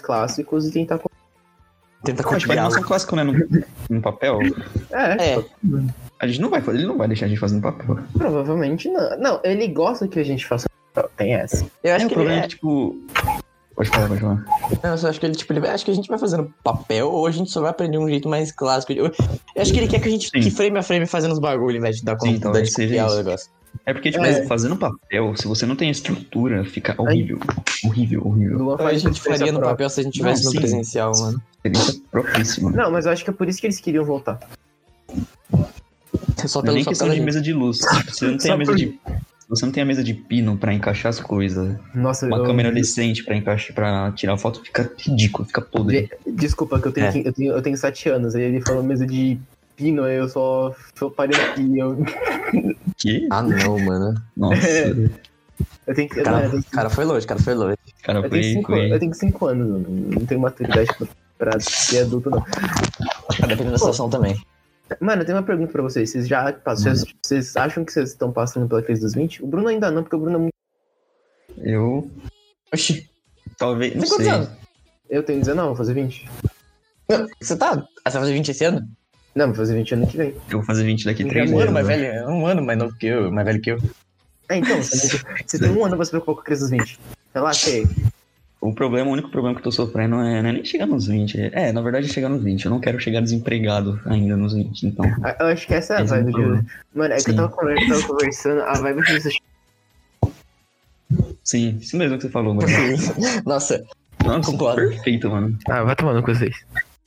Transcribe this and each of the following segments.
clássicos e tentar... Tenta Tipo, a copiar. animação clássica, né, no papel, É, a gente não vai fazer, ele não vai deixar a gente fazer no papel. Provavelmente não. Não, ele gosta que a gente faça... Tem essa. eu acho O que problema ele é que, tipo... Pode falar. Não, eu só acho que ele, tipo, acho que a gente vai fazendo papel ou a gente só vai aprender um jeito mais clássico. Eu acho que ele quer que a gente, Sim. que frame a frame fazendo os bagulho, ao invés de dar Sim, conta talvez de seja copiar o isso. negócio. É porque, tipo, É. fazendo papel, se você não tem estrutura, fica horrível. Horrível. Luan A faz gente experiência faria no própria. papel se a gente tivesse Não, no sim. presencial, mano. Experiência propíssima. Não, mas eu acho que é por isso que eles queriam voltar. Só Não é pelo nem só questão pela de gente. mesa de luz. Tipo, você não tem Só a mesa por- de... Você não tem a mesa de pino pra encaixar as coisas. Nossa, Uma câmera decente pra encaixar, pra tirar foto, fica ridículo, fica podre. Desculpa, que eu tenho, É. eu tenho 7 anos. Aí ele falou mesa de pino, aí eu só parei aqui. Que? Ah, não, mano. Nossa. Eu tenho que. Cara foi longe. Cara, Eu tenho 5 anos, mano. Não tenho maturidade pra ser adulto, não. Dependendo da situação também. Mano, eu tenho uma pergunta pra vocês. Vocês acham que vocês estão passando pela crise dos 20? O Bruno ainda não, porque o Bruno é muito... Eu... Oxi. Talvez... Não Tem quantos sei. anos? Eu tenho 19, vou fazer 20. Você tá? Você vai fazer 20 esse ano? Não, vou fazer 20 ano que vem. Eu vou fazer 20 daqui Já 3 Um anos. ano mais né? velho. Um ano mais novo que eu, mais velho que eu. Então, você tem um ano pra se preocupar com a crise dos 20. Relaxa aí. O único problema que eu tô sofrendo não é nem chegar nos 20. Na verdade é chegar nos 20. Eu não quero chegar desempregado ainda nos 20, então... Eu acho que essa é a Esse é o vibe. problema. Mano, é que Sim. eu tava conversando, a vibe que você... Sim, isso mesmo que você falou, mano. Nossa, Nossa, concordo. perfeito, mano. Ah, vai tomando com vocês.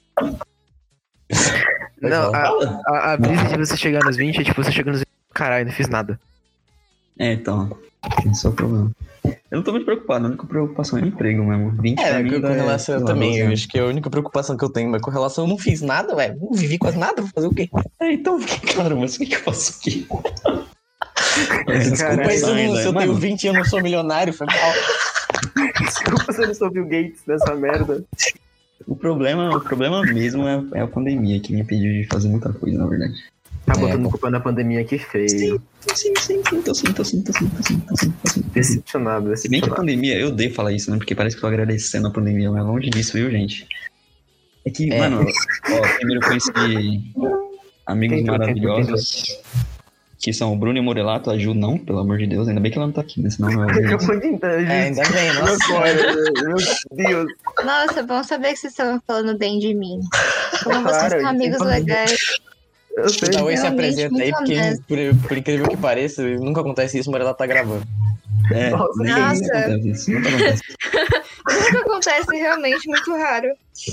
Não, Fala. a brisa de você chegar nos 20 é tipo, você chega nos 20, caralho, não fiz nada. Então, esse é o problema. Eu não tô muito preocupado, a única preocupação é o emprego mesmo. 20 pra mim com ainda relação sei eu lá, também, 12 eu anos. acho que é a única preocupação que eu tenho, mas com relação eu não fiz nada, velho. Não vivi quase nada, vou fazer o quê? Então, claro, mas o que eu faço aqui? Caralho. Mas eu, ainda, se eu tenho mano. 20 e eu não sou milionário, foi mal. Desculpa se eu não sou Bill Gates nessa merda. O problema mesmo é a pandemia, que me impediu de fazer muita coisa, na verdade. Tá botando culpa na pandemia, que feio. Sim, tô sim. Decepcionado, Se bem que a decepcionado. pandemia, eu odeio falar isso, né? Porque parece que eu tô agradecendo a pandemia, mas longe disso, viu, gente? É que, mano, primeiro eu conheci amigos Quem maravilhosos, que são o Bruno e o Morelato, a Ju não, pelo amor de Deus, ainda bem que ela não tá aqui, né? Senão eu Acabou de entrar, gente. Ainda bem, Meu nossa. Meu Deus. Nossa, bom saber que vocês estão falando bem de mim. Como Claro, vocês são amigos sem legais. Eu sei. Dá oi, se Realmente apresenta aí, muito porque honesto. por incrível que pareça, nunca acontece isso, mas ela tá gravando. Nossa, nunca nossa. acontece isso, nunca acontece. Nunca acontece, realmente muito raro.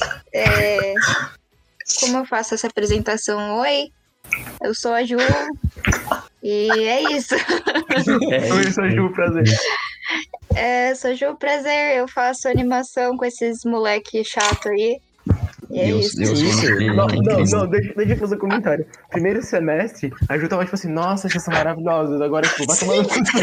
Como eu faço essa apresentação? Oi, eu sou a Ju. E é isso. Oi, sou Ju, prazer. Sou Ju, prazer. Eu faço animação com esses moleque chato aí. E é isso. Eu sou um Não, deixa eu fazer um comentário. Primeiro semestre, a Ju tava tipo assim, nossa, vocês são maravilhosos. Agora, tipo, vai tomando.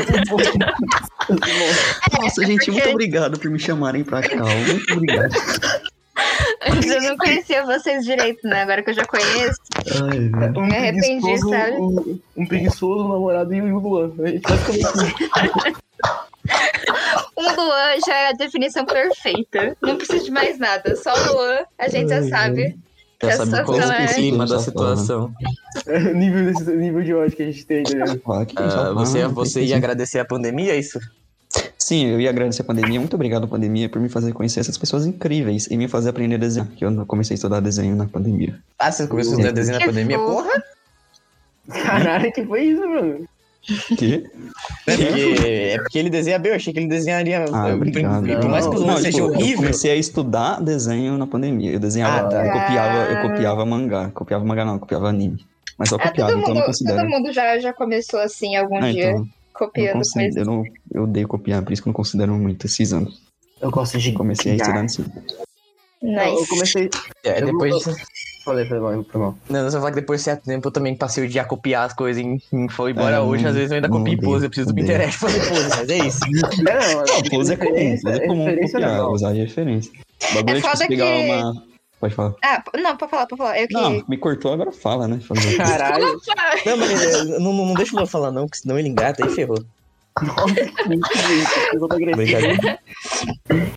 Nossa, gente, muito obrigado por me chamarem pra cá. Muito obrigado. Antes eu não conhecia vocês direito, né? Agora que eu já conheço. Ai, velho. Me arrependi, sabe? Um preguiçoso, um namorado e o Luan. A gente vai ficar O Luan já é a definição perfeita. Não precisa de mais nada. Só o Luan, a gente já sabe. Já Que sabe a qual é situação o é- clima da situação. nível de ódio que a gente tem, entendeu? Você ia agradecer a pandemia, é isso? Sim, eu ia agradecer a pandemia. Muito obrigado, pandemia, por me fazer conhecer essas pessoas incríveis e me fazer aprender a desenhar. Que eu comecei a estudar desenho na pandemia. Ah, você começou a estudar desenho na Que pandemia? fofo. Porra! Caralho, que foi isso, mano? Que? É porque ele desenha bem, eu achei que ele desenharia. Obrigado. Por mais que o Luan seja Eu horrível. comecei a estudar desenho na pandemia. Eu desenhava, Ah, tá. eu copiava mangá. Copiava mangá não, copiava anime. Mas só copiava, então eu não considero. todo mundo já começou assim algum dia, Então, eu, não copiando coisas. eu odeio copiar, por isso que eu não considero muito esses anos. Eu gosto de Comecei a estudar nisso. Eu Nice. comecei. Depois. Falei, foi mal. Não, você falar que depois de certo tempo eu também passei o dia a copiar as coisas em foi embora hoje, às vezes eu ainda não copio odeio, pose, eu preciso do odeio. Pinterest fazer pose, mas é isso. Não, pose é comum referência copiar, legal. usar de referência. O bagulho é tipo foda você pegar que- uma... Pode falar. Ah, não, pode falar. Eu que. Não, me cortou, agora fala, né? Fazer. Caralho. Não, mas não deixa o Luan falar não, porque senão ele engata e ferrou. Nossa, que isso, eu tô agressivo. Brincadeira.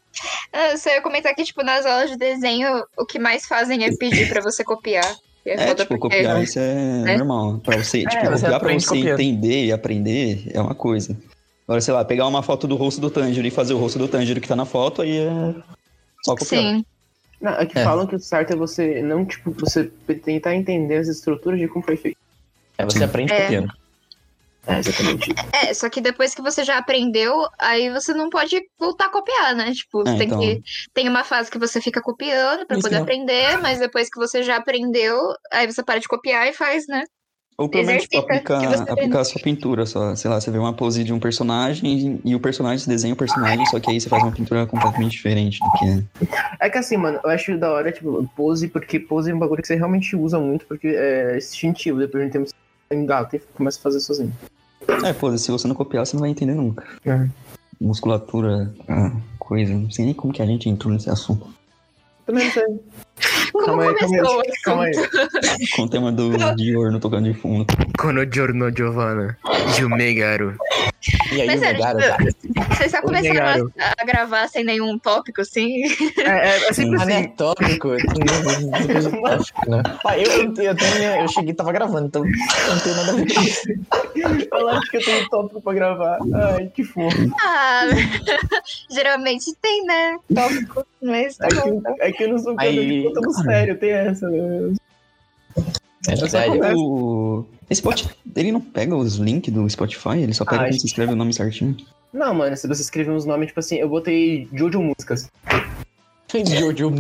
Eu só ia comentar que, tipo, nas aulas de desenho, o que mais fazem é pedir pra você copiar. E É, foda tipo, porque- copiar isso é né? normal. Pra você, tipo, você copiar pra aprende você copiando. entender e aprender é uma coisa. Agora, sei lá, pegar uma foto do rosto do Tanjiro e fazer o rosto do Tanjiro que tá na foto, aí é só copiar. Sim. Não, é que É. falam que o certo é você não, tipo, você tentar entender as estruturas de como foi feito. Você aprende É. copiando. É, exatamente. Só que depois que você já aprendeu, aí você não pode voltar a copiar, né? Tipo, você então. tem uma fase que você fica copiando pra Isso poder não. aprender, mas depois que você já aprendeu, aí você para de copiar e faz, né? Ou pelo menos, tipo, Exercita o que você aplicar a sua pintura só. Sei lá, você vê uma pose de um personagem e o personagem desenha o personagem, só que aí você faz uma pintura completamente diferente do que é. É que assim, mano, eu acho da hora, tipo, pose, porque pose é um bagulho que você realmente usa muito, porque é instintivo, depois de um tempo você engata e começa a fazer sozinho. É, pô, se você não copiar, você não vai entender nunca. É. Musculatura, coisa. Não sei nem como que a gente entrou nesse assunto. Também não sei. Como começou o calma aí. Com o tema do Dior no tocando de fundo. Kono Giorno Giovanna, Jumegaru. E aí Mas o sério, Megaro, tipo, cara. Vocês só começaram Negaram. a gravar sem nenhum tópico, assim? É sempre Mas não é assim. tópico. Tópico, né? Eu cheguei e tava gravando, então não tem nada a ver com isso. Falar que eu tenho tópico pra gravar. Ai, que fofo. Ah, geralmente tem, né? Tópico, mas tá bom. É que eu não sou cara Aí, de conta cara. sério, tem essa, né? É sério. O Spotify, ele não pega os links do Spotify, ele só pega Ah, quando acho você escreve o nome certinho. Não, mano, se você escrever uns nomes, tipo assim, eu botei Jojo Músicas. Jojo.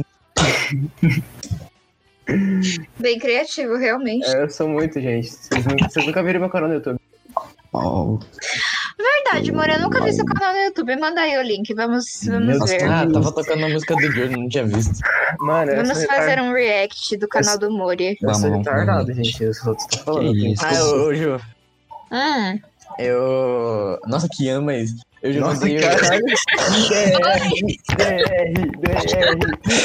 Bem criativo, realmente. É, eu sou muito, gente. Vocês nunca viram meu canal no YouTube. Oh, Verdade, amor, eu nunca vi seu canal no YouTube. Manda aí o link, vamos Nossa, ver. Ah, tava tocando a música do Jojo, não tinha visto. Mano, eu Vamos sou fazer um react do canal do Mori. Eu sou Vamos, retardado, vamos. gente. Eu sou tô falando. Que isso? Ah, ô, Ju, Hum, Nossa, que ama isso. Eu já Nossa, mandei. caralho. DR.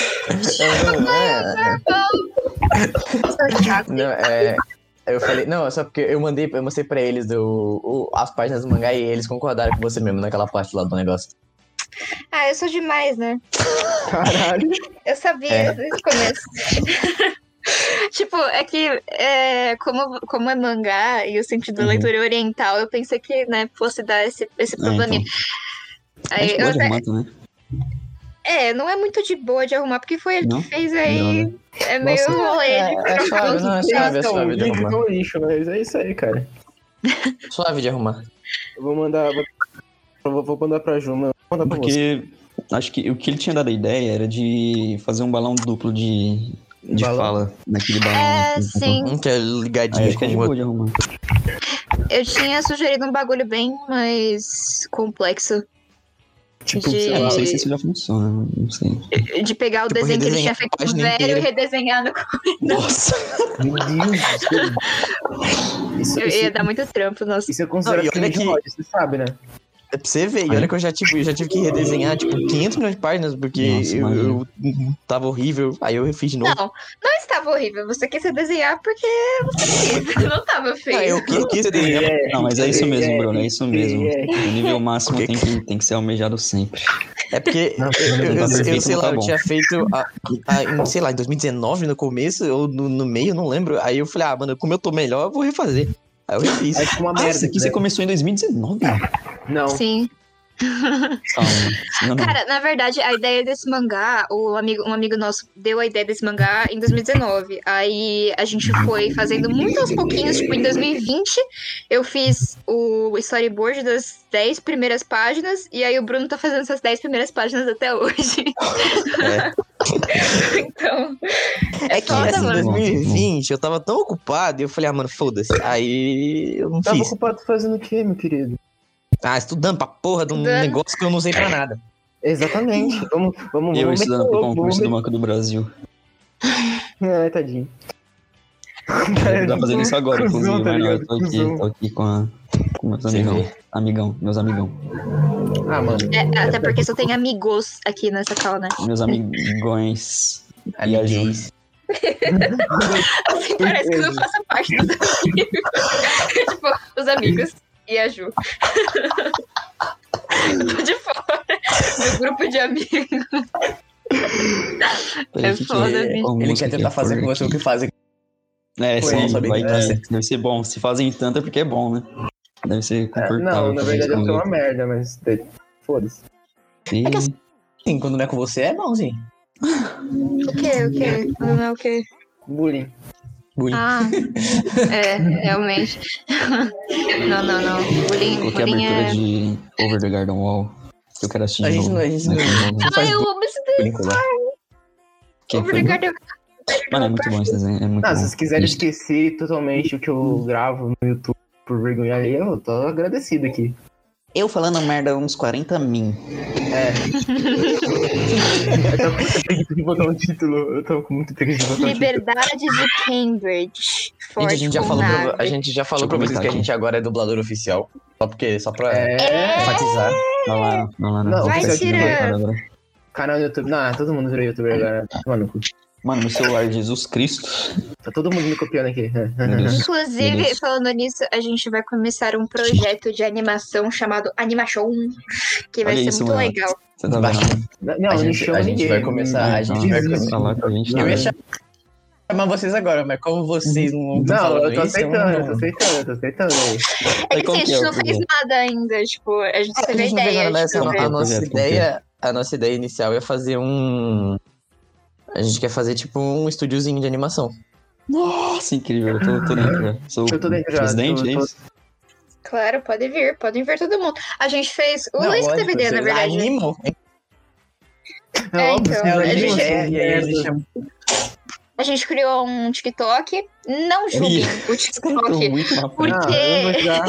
Não, eu falei, não, só porque eu mostrei pra eles as páginas do mangá e eles concordaram com você mesmo naquela parte lá do negócio. Ah, eu sou demais, né? Caralho. Eu sabia desde o começo. Tipo, é que como é mangá e o sentido da leitura oriental, eu pensei que, né, fosse dar esse probleminha. A Aí, gente eu pode até- arrumar também. não é muito de boa de arrumar, porque foi ele Não? que fez aí. Droga. É meio Nossa, rolê de é suave, não, é suave, é suave de Vídeo arrumar. é um lixo, mas é isso aí, cara. Suave de arrumar. Eu vou mandar. Vou mandar pra Ju, mano. Vou mandar pra você. Porque acho que o que ele tinha dado a ideia era de fazer um balão duplo de Balão? fala naquele balão. lá. sim. Um que é Aí ligadinho acho que é com de o boa outro. de arrumar. Eu tinha sugerido um bagulho bem mais complexo. Tipo, de- sei Eu lá. não sei se isso já funciona, não sei. De pegar o Tipo, desenho que ele tinha redesenhar feito a página velho inteira. e redesenhar no. Nossa! Meu Deus do céu. Isso, Eu ia isso, dar muito trampo, nossa. isso é considerado Não, e olha crime de que- ódio, você sabe, né? É pra você ver, e olha que eu já tive que redesenhar, tipo, 500 milhões de páginas, porque Nossa, eu tava horrível, aí eu fiz de novo. Não estava horrível. Você quis redesenhar porque você quis. Não tava feio. Ah, eu quis redesenhar. Não, mas é isso mesmo, Bruno, é isso mesmo. É. O nível máximo Porque- tem que ser almejado sempre. É porque, Não, eu perfeito, sei não lá, tá eu bom. tinha feito, sei lá, em 2019, no começo, ou no meio, não lembro. Aí eu falei, mano, como eu tô melhor, eu vou refazer. Aí eu refiz. É tipo uma Ah, merda. isso aqui você né? começou em 2019? Não. Sim. Não. Cara, na verdade, a ideia desse mangá, um amigo nosso deu a ideia desse mangá em 2019. Aí a gente foi fazendo muito aos pouquinhos. Tipo, em 2020, eu fiz o storyboard das 10 primeiras páginas. E aí o Bruno tá fazendo essas 10 primeiras páginas até hoje. Então. É que, foda, assim, em mano. 2020, eu tava tão ocupado, e eu falei, mano, foda-se. Aí eu não Tava fiz. ocupado fazendo o quê, meu querido? Estudando pra porra de um Estudando. negócio que eu não usei pra nada. Exatamente. Vamos Eu estudando pro meter louco, concurso do vamos Banco do Brasil. meter- Ai, tadinho. Eu tô fazendo isso agora, Cusão, inclusive, tá mas não, eu ligado? tô Cusão. aqui com meus Você amigão. vê. Meus amigão. Ah, mano. Até porque só tem amigos aqui nessa call, né? Meus amigões. E a Ju. Amiguês. Assim parece que eu não faço parte dos amigos. Tipo, os amigos e a Ju. Tô de fora. meu grupo de amigos. É foda, bicho. Ele quer tentar fazer com você o que fazem. Sim, sabe? deve ser bom. Se fazem tanto é porque é bom, né? Deve ser confortável. Não, na verdade fazer é isso com uma merda, mas foda-se. E- É que assim, quando não é com você, é bom, sim. O quê? Não é o quê? Bullying. Bullying. Ah, realmente. Não. Coloquei a Bullying abertura é... de Over the Garden Wall. Que eu quero assistir A de gente novo. não- a gente não- Naquele momento. faz eu amo esse Bullying com ela. Quem Over foi? the Garden. Mano, é muito bom esse desenho. É muito Ah, bom. se vocês quiserem Isso. esquecer totalmente o que eu gravo no YouTube por vergonha ali, eu tô agradecido aqui. Eu falando merda uns 40 min. Eu tô com muita preguiça de botar um título. Eu tô com muita preguiça de botar um título. Liberdade de Cambridge. Gente, a gente já falou pra, a gente já falou pra Deixa eu vocês que a comentar gente agora é dublador oficial. Só pra É. enfatizar. Não. Não, vai oficial tirar. Agora. Canal no YouTube. Não, todo mundo virou youtuber agora. Mano, Mano, meu celular, Jesus Cristo. tá todo mundo me copiando aqui. Meu Deus. Inclusive, Beleza. falando nisso, a gente vai começar um projeto de animação chamado Animation, que vai Olha ser isso, muito mano. legal. Você tá vendo? Não, A não gente- chama a gente ninguém. vai começar, a gente vai desiste. Falar com a gente. Eu né? ia chamar vocês agora, mas como vocês não estão Não, falando eu tô isso, aceitando, eu eu tô aceitando. É que como assim, a que é gente o não fez projeto? nada ainda, tipo, a gente A teve a gente não fez ideia. nada, mas tipo, Como que é a o nossa projeto? Como que ideia, a nossa ideia inicial é fazer um... A gente quer fazer tipo um estúdiozinho de animação. Nossa, incrível. Eu tô dentro já. Sou Eu tô dentro já, presidente, tô- é tô- isso? Claro, podem vir todo mundo. A gente fez. O Luiz que teve ideia, na verdade. Animam. É óbvio, então, que a os gente- animes são merda. A gente criou um TikTok. Não julguem o Tô TikTok. muito na Por frente. Ah, eu vou quê? jogar.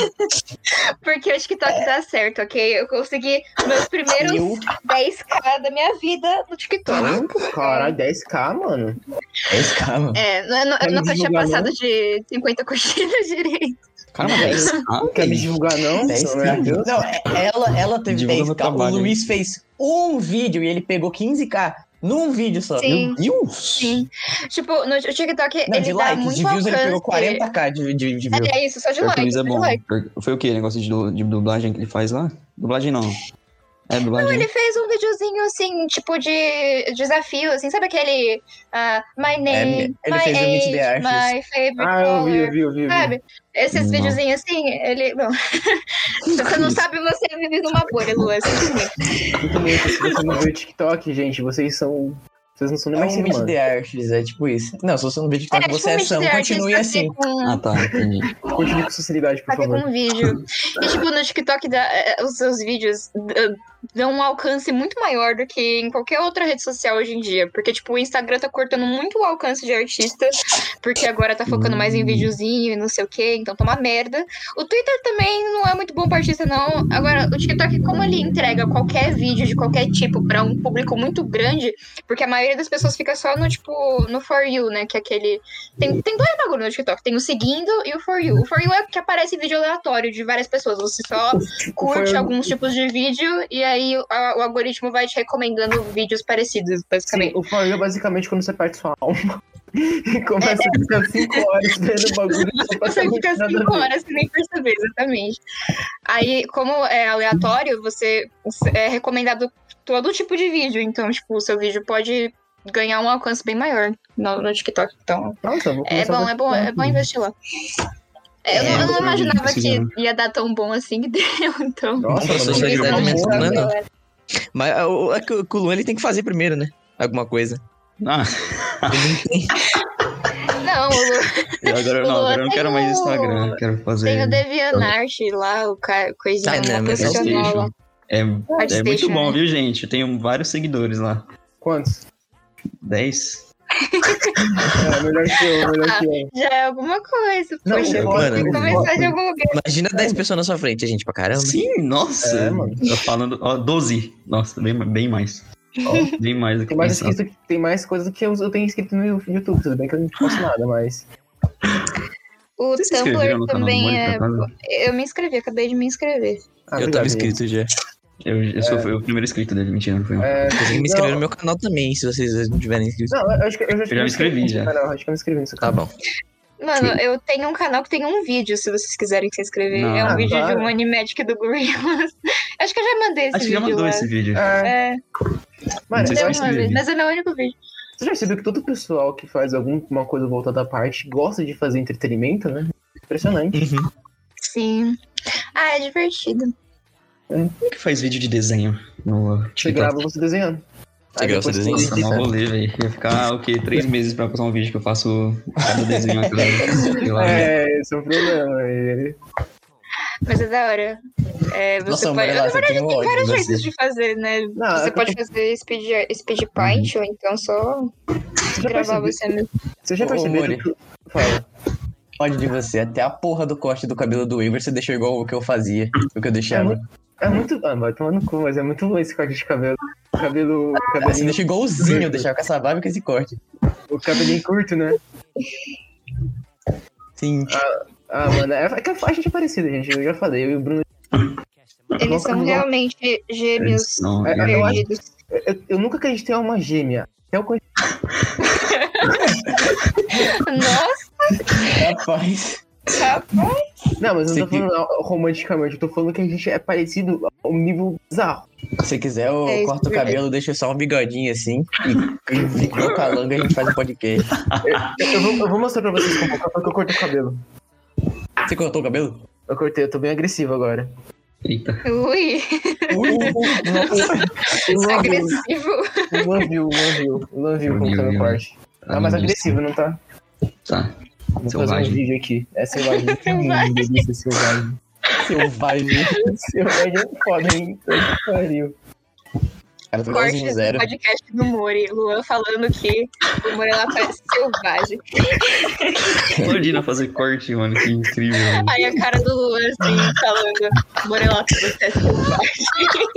Porque o TikTok dá certo, ok? Eu consegui meus primeiros 10k da minha vida no TikTok. Caralho, 10k, mano. É esse cara, mano. Eu Quer me nunca tinha divulgar, passado não? de 50 curtidas direito. Caramba, 10. Quer me divulgar, não? 10 Pelo amor de Deus. Não, ela teve Divulga meu 10k. trabalho, O Luiz fez um vídeo e ele pegou 15k num vídeo só. Sim. Meu Deus! Sim. Tipo, no TikTok Não, ele de dá likes, muito de views ele pegou alcance. 40k de views. É isso, só de Pior que o like. Luiz é Só de bom. like. Foi o quê? Negócio de dublagem que ele faz lá? Dublagem não. É dublagem. Ele fez um videozinho assim, tipo de desafio, assim, sabe aquele My name, ele my fez o Meet age, the Artist. my favorite Ah, eu vi, color, sabe? Esses Não. videozinhos assim, ele... Não. Se você não sabe, você vive numa bolha, Lu, simplesmente. Muito muito. Se você não vê o TikTok, gente, vocês não são nem É mais um ser Meet humano. the Artist, é tipo isso. Não, se você não vê TikTok, você é tipo, são, Mr. continue Artist, assim. só que com- Ah, tá, entendi. Continue com sinceridade, por Só que favor. com vídeo. E, tipo, no TikTok, os seus vídeos dão um alcance muito maior do que em qualquer outra rede social hoje em dia. Porque, tipo, o Instagram tá cortando muito o alcance de artista, porque agora tá focando mais em videozinho e não sei o quê, então tá uma merda. O Twitter também não é muito bom pra artista, não. Agora, o TikTok, como ele entrega qualquer vídeo de qualquer tipo pra um público muito grande, porque a maioria das pessoas fica só no, tipo, no For You, né? Que é aquele... Tem dois bagulhos no TikTok. Tem o seguindo e o For You. O For You é que aparece vídeo aleatório de várias pessoas. Você só curte You- alguns tipos de vídeo e aí o algoritmo vai te recomendando vídeos parecidos, Sim, basicamente. o For You é basicamente quando você parte sua alma e começa a ficar 5 horas vendo o bagulho. Você completamente fica nada a 5 ver. horas sem nem perceber, exatamente. Aí, como é aleatório, você é recomendado todo tipo de vídeo. Então, tipo, o seu vídeo pode ganhar um alcance bem maior no TikTok. Então, Nossa, eu vou é começar bom, a é bom investir lá. Eu não imaginava precisando. que ia dar tão bom assim que deu, então. Nossa, Nossa, mano, sociedade eu mental, vou- né? Não. Mas é que o Luan ele tem que fazer primeiro, né? Alguma coisa. Ah, Ele não tem. Não, agora eu não quero mais Instagram. Eu quero fazer. tem o DeviantArt lá, o coisinha Ah, não, mas profissional lá. É muito ArtStation, bom, né? viu, gente? Eu tenho vários seguidores lá. Quantos? 10. É, melhor que eu. Já é alguma coisa, Não, poxa. mano, Tem que começar de algum lugar. Imagina 10 pessoas na sua frente, gente, pra caramba. Sim, nossa. É, mano. Tô falando, ó, 12. Nossa, bem mais. Ó, bem mais do que Tem mais, pensava. tem mais coisas do que eu tenho escrito no YouTube, tudo bem que eu não faço nada, mas. O Vocês se inscreveram Tumblr no canal do também Mônica, é. por acaso? Eu me inscrevi, acabei de me inscrever. Ah, Eu obrigado, tava gente. inscrito já. Eu fui o primeiro inscrito dele, mentira, não foi eu. É, Consegui me inscrever não, no meu canal também, se vocês não tiverem inscrito. Não, eu acho que eu já me inscrevi, já. Não, acho que eu me inscrevi nesse Tá canal. bom. Mano, eu tenho um canal que tem um vídeo, se vocês quiserem se inscrever. Não, É um vídeo de claro. um Animagic do Gorillaz. Acho que eu já mandei esse Acho que já vídeo mandou lá. esse vídeo. É, Mano, Não sei se eu deu vai acho uma esse vez, vídeo. mas é meu único vídeo. você já percebeu que todo pessoal que faz alguma coisa voltada à parte gosta de fazer entretenimento, né? Impressionante. Sim. Ah, é divertido. Como que faz vídeo de desenho no Você TikTok? grava você desenhando. Você Aí grava você depois desenhando? você Nossa, mó rolê, velho. Ia ficar, o quê? 3 meses pra postar um vídeo que eu faço cada desenho aqui. Sei lá, né? esse é um problema. Mas é da hora. É, você Nossa, pode... Maria, Na você verdade, tem tem ódio vários de jeitos você. de fazer, né? Não, Você é que pode eu fazer speed paint, ou então só Você já gravar percebeu, você mesmo. você já Ô, percebeu Mori. que... Fala. Ódio de você. Até a porra do corte do cabelo do Igor você deixou igual o que eu fazia. O que eu deixava. É muito... Ah, vai tomar no cu, mas é muito bom esse corte de cabelo. Você Cabelinho, deixou igualzinho, eu deixava com essa barba e com esse corte. o cabelinho curto, né? Sim. Ah, mano, é que a gente é parecida, gente. Eu já falei, eu e o Bruno... Eles Nossa, são não- realmente gêmeos Não, É, eu acho- perdidos. Eu nunca acreditei em uma gêmea. Até o Nossa, Rapaz. rapaz. Não, mas eu não tô Você que- falando romanticamente, eu tô falando que a gente é parecido a um nível bizarro. Se quiser, eu É isso, corto o verdade. cabelo, deixo só um bigodinho assim. E fico no calango e a gente faz um podcast. Eu vou mostrar pra vocês como que eu corto o cabelo. Você cortou o cabelo? Eu cortei, eu tô bem agressivo agora. Eita. Ui, agressivo. O Luan viu como tá meu corte. Tá mais agressivo, não tá? Tá. Vou fazer um Selvagem. vídeo aqui. É selvagem. Selvagem. Delícia, selvagem. Selvagem. Selvagem é foda, hein? Puta que pariu. Cara, tô igualzinho Cortes do zero. podcast do Mori. Luan falando que o Mori ela parece selvagem. Imagina fazer corte, mano. Que incrível. Mano. Aí a cara do Luan assim, falando, Mori ela você é selvagem.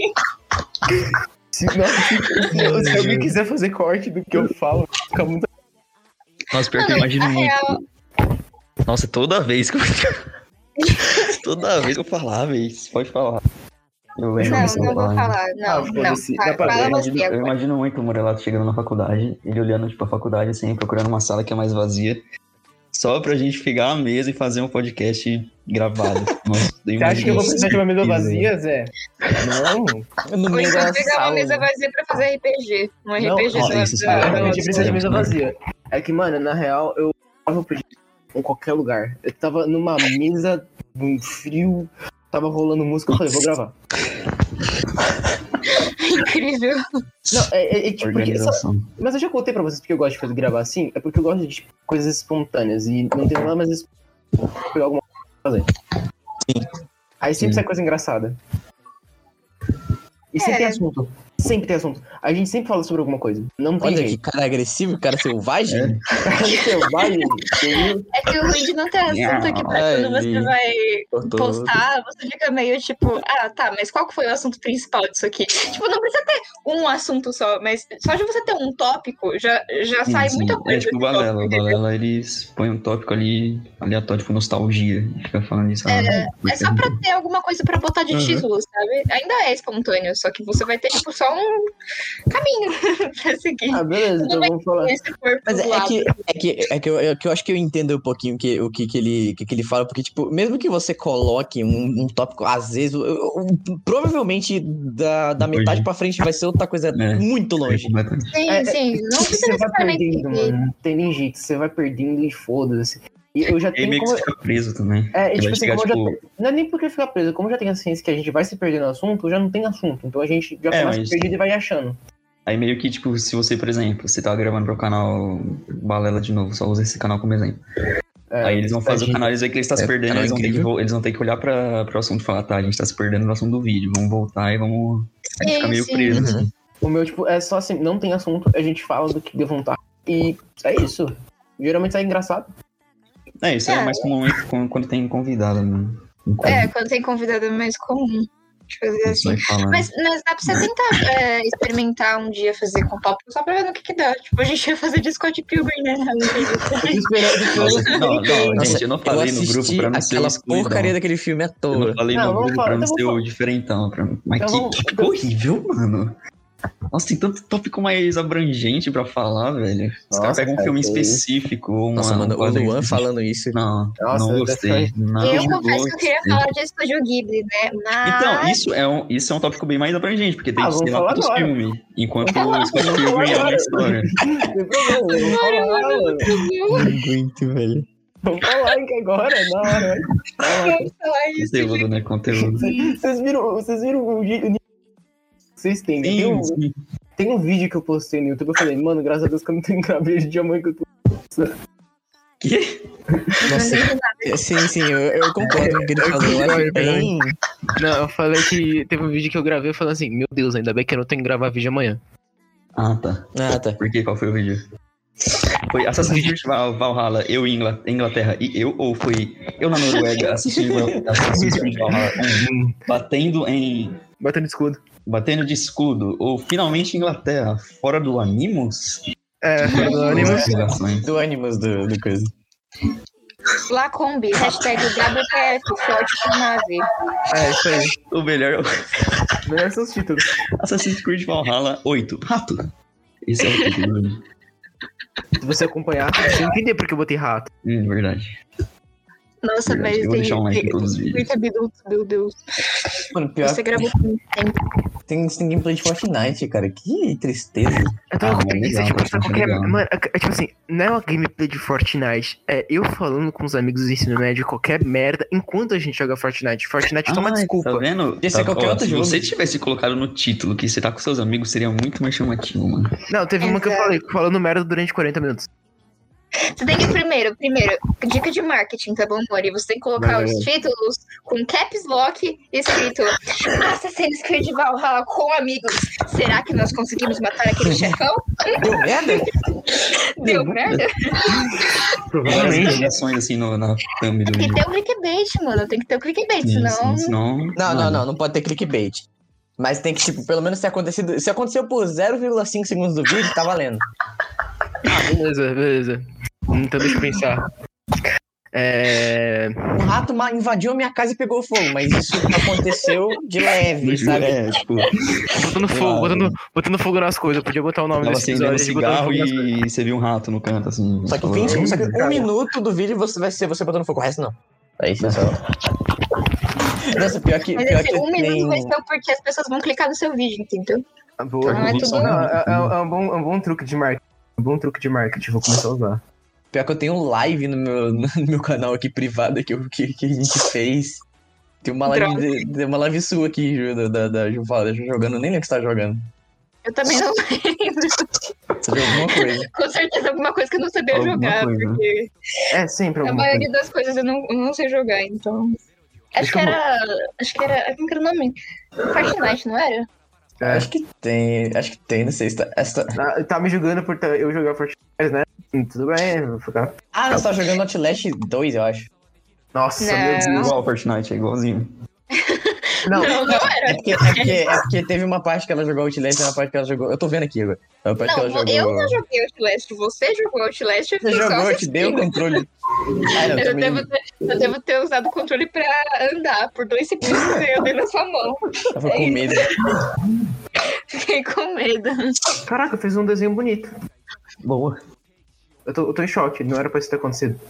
Se alguém quiser fazer corte do que eu falo, fica muito. Nossa, pior que eu imagino Na muito. real, Nossa, toda vez que eu. Toda vez que eu falar, velho. Pode falar. Eu lembro não, disso, não vou falando. falar. Não, foda-se. não. Dá pra Fala ver, você Eu agora. imagino muito o Morelato chegando na faculdade, ele olhando, tipo, a faculdade, assim, procurando uma sala que é mais vazia, só pra gente pegar a mesa e fazer um podcast gravado. Nossa, Você acha que eu vou precisar de uma mesa vazia? vazia, Zé? Não. No Ou meio então da pegar uma sala. mesa vazia pra fazer RPG. Um Não, RPG ó, da- isso, da- A da- gente precisa de mesa Não. vazia. É que, mano, na real, eu tava em qualquer lugar. Eu tava numa mesa, num frio, tava rolando música, eu falei, vou gravar. Incrível. Não, é tipo, porque Organização. mas eu já contei pra vocês porque eu gosto de fazer gravar assim, é porque eu gosto de tipo, coisas espontâneas e não tem nada mais espontâneo pegar alguma coisa pra fazer. Aí sempre Sim. sai coisa engraçada. E sempre tem assunto. Sempre tem assunto. A gente sempre fala sobre alguma coisa. Não tem Olha que jeito. cara agressivo, cara selvagem. Cara selvagem, entendeu? É que o ruim de não ter assunto aqui pra Ai, quando você vai Cortou. postar, você fica meio tipo, ah, tá, mas qual que foi o assunto principal disso aqui? Tipo, não precisa ter um assunto só, mas só de você ter um tópico, já sai Sim, muita sim. coisa. É tipo o desse Balela. tópico, O entendeu? Balela, eles põem um tópico ali aleatório, tipo nostalgia. E fica falando isso. É só pra ter alguma coisa pra botar de Uhum. título, sabe? Ainda é espontâneo, só que você vai ter, tipo, só um caminho pra seguir. Ah, beleza, então vamos falar. Esse corpo Mas do lado. é que eu acho que eu entendo um pouquinho o que ele fala, porque, tipo, mesmo que você coloque um tópico, às vezes, provavelmente da metade pra frente vai ser outra coisa muito longe. Sim, sim. Não Você precisa vai necessariamente perdendo, seguir. mano. Não tem nem jeito. Você vai perdendo e foda-se. E eu já E aí tenho meio que como... você fica preso também. É, e Vai tipo assim, chegar, como eu já... tipo, Não é nem porque ficar preso, como já tem a ciência que a gente vai se perdendo no assunto, já não tem assunto. Então a gente já começa mas- perdido e vai achando. Aí meio que, tipo, se você, por exemplo, você tá gravando pro canal Balela de novo, só usa esse canal como exemplo. É, Aí eles vão fazer o canal, eles veem que eles estão se perdendo, canal eles vão, ter que, incrível. eles vão ter que olhar pro assunto e falar, tá, a gente tá se perdendo no assunto do vídeo, vamos voltar e vamos... A gente fica meio Sim. preso, assim. O meu, tipo, é só assim, não tem assunto, a gente fala do que dê vontade. E é isso. Geralmente sai engraçado. É, isso é mais comum quando tem convidado, né? Quando tem convidado é mais comum de fazer assim. Falando. Mas dá pra você tentar experimentar um dia fazer com papo só pra ver no que dá. Tipo, a gente ia fazer de Scott Pilgrim, né? Eu tô esperando. Nossa, não, Nossa, gente, eu não falei no grupo pra não ser o aquela excluidão. porcaria daquele filme à Eu toa. não falei Não, no vamos grupo falar, pra não então ser vamos o diferentão. Mas Então que vamos- horrível, mano. Nossa, tem tanto tópico mais abrangente pra falar, velho. Os caras pegam um filme específico. Ou Nossa, mano, o Luan falando isso. Não, Nossa, não gostei. Não Eu confesso que eu queria gostei. falar de Estúdio Ghibli, né? Mas... Então, isso é um tópico bem mais abrangente, porque tem, vamos sei lá, falar quantos agora. filmes. Enquanto o Scott Pilgrim é uma história. Não tem problema, vamos falar, mano. Muito, velho. Vamos falar agora, na hora. Vamos falar isso, gente. Conteúdo, né? Conteúdo. Vocês viram o nível que vocês têm? Sim. Tem um vídeo que eu postei no YouTube, eu falei, mano, graças a Deus que eu não tenho gravejo de amanhã que eu tô... Que? Nossa, sim, eu concordo com o que ele falou. Eu acho bem... Não, eu falei que teve um vídeo que eu gravei falando assim, meu Deus, ainda bem que eu não tenho que gravar vídeo amanhã. Ah, tá. Por quê? Qual foi o vídeo? Foi Assassin's Creed Valhalla, eu em Inglaterra e eu, ou foi eu na Noruega assistindo Assassin's Creed Valhalla batendo de escudo, ou finalmente Inglaterra, fora do Animus? Fora do Animus. Do Animus do coisa. Lacombi, hashtag WTF, forte com nave. Isso aí. O melhor São os títulos. Assassin's Creed Valhalla 8, rato. Esse é o título. Se você acompanhar, você entender porque eu botei rato. Verdade. Nossa, Verdade. mas Eu vou deixar um like em todos os vídeos. 30 minutos, meu Deus. Mano, pior Você gravou com muito tempo. tem gameplay de Fortnite, cara. Que tristeza. Eu tava com legal, tipo, qualquer... legal. Mano, é tipo assim, não é uma gameplay de Fortnite. É eu falando com os amigos do ensino médio qualquer merda enquanto a gente joga Fortnite. Fortnite toma desculpa. Tá vendo? Esse é qualquer outro se jogo. você tivesse colocado no título que você tá com seus amigos, seria muito mais chamativo, mano. Não, teve uma que eu falei, falando merda durante 40 minutos. Você tem que primeiro, dica de marketing, tá bom, Mori? Você tem que colocar os títulos com caps lock escrito Assassin's Creed Valhalla com amigos. Será que nós conseguimos matar aquele chefão? Deu merda? Deu merda? Várias informações assim na thumb do Tem que vídeo. ter o clickbait, mano. Tem que ter o clickbait, senão... Não pode ter clickbait. Mas tem que, tipo, pelo menos ter acontecido. Se aconteceu por 0,5 segundos do vídeo, tá valendo. Beleza. Então deixa eu pensar. Um rato invadiu a minha casa e pegou fogo, mas isso aconteceu de leve, sabe? Tipo, botando fogo nas coisas. Eu podia botar o nome tava desse acendendo episódio. cigarro e você viu um rato no canto, assim. Só que falou, um minuto do vídeo vai ser você botando fogo, o resto não. Aí você só... Nossa, pior que minuto vai ser porque as pessoas vão clicar no seu vídeo, entendeu? Boa. Não é tudo... É um bom truque de marketing. Vou começar a usar. Pior que eu tenho live no meu canal aqui privado que a gente fez. Tem uma live sua aqui, Ju, da Juvala, jogando, nem lembro que você tá jogando. Eu também não lembro. Você viu alguma coisa? Com certeza alguma coisa que eu não sabia Alguma jogar, coisa. porque Sempre a alguma maioria coisa. das coisas eu não sei jogar, então... Acho que era... Como que era o nome? Fortnite, não era? Acho que tem, não sei se tá... Tá me julgando por eu jogar Fortnite, né? Tudo bem, vou ficar... Ah, você tá jogando Outlast 2, eu acho. Nossa, Não. meu Deus. Igual o Fortnite, é igualzinho. Não, Não era. É porque teve uma parte que ela jogou Outlast e uma parte que ela jogou... Eu tô vendo aqui agora. Uma parte que ela jogou... Eu não joguei Outlast. Você jogou Outlast. Você jogou, eu te dei o controle. Ah, não, Eu devo ter usado o controle pra andar por 2 segundos e eu dei na sua mão. Eu fico com medo. Fiquei com medo. Caraca, fez um desenho bonito. Boa. Eu tô em choque, não era pra isso ter acontecido.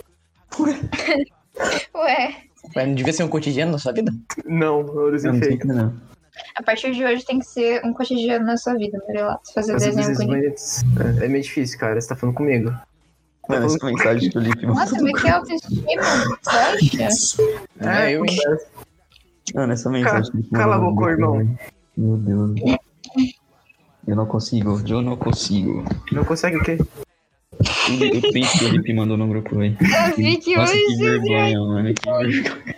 Ué, Mas não devia ser um cotidiano na sua vida? Não, eu desenho Não, feio. não. a partir de hoje tem que ser um cotidiano na sua vida, Marilato. Fazer Fazer desenho desenhos bonito. bonitos. É meio difícil, cara, você tá falando comigo. Mano, essa mensagem que o Lipe mandou. Nossa, mas que autoestima, poxa. Eu, hein? Mano, essa mensagem que o Lipe Cala a mandou. boca, irmão. Meu Deus. Eu não consigo. Não consegue o quê? O print que o Lipe mandou no grupo, velho. Eu vi que Nossa, que hoje... vergonha, mano. Que vergonha.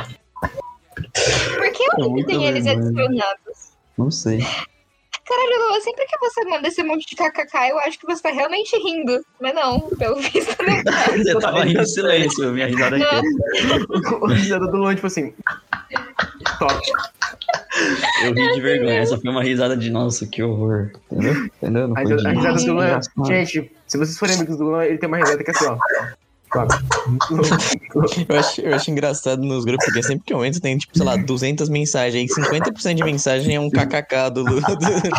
Por que o Lipe muito tem eles vergonha. adicionados? Não sei. Caralho, Lua, sempre que você manda esse monte de kkk, eu acho que você tá realmente rindo. Mas não, pelo visto não tá. Você tava rindo em silêncio, minha risada aqui. O risada do Luan, tipo assim. Top. Eu ri de vergonha. Essa foi uma risada de nossa, que horror. Entendeu? Não A foi de risada do Luan. engraçado. Gente, se vocês forem amigos do Luan, ele tem uma risada que é assim, ó. Eu acho engraçado nos grupos, porque sempre que eu entro tem, tipo, sei lá, 200 mensagens, e 50% de mensagem é um kkk do Luan.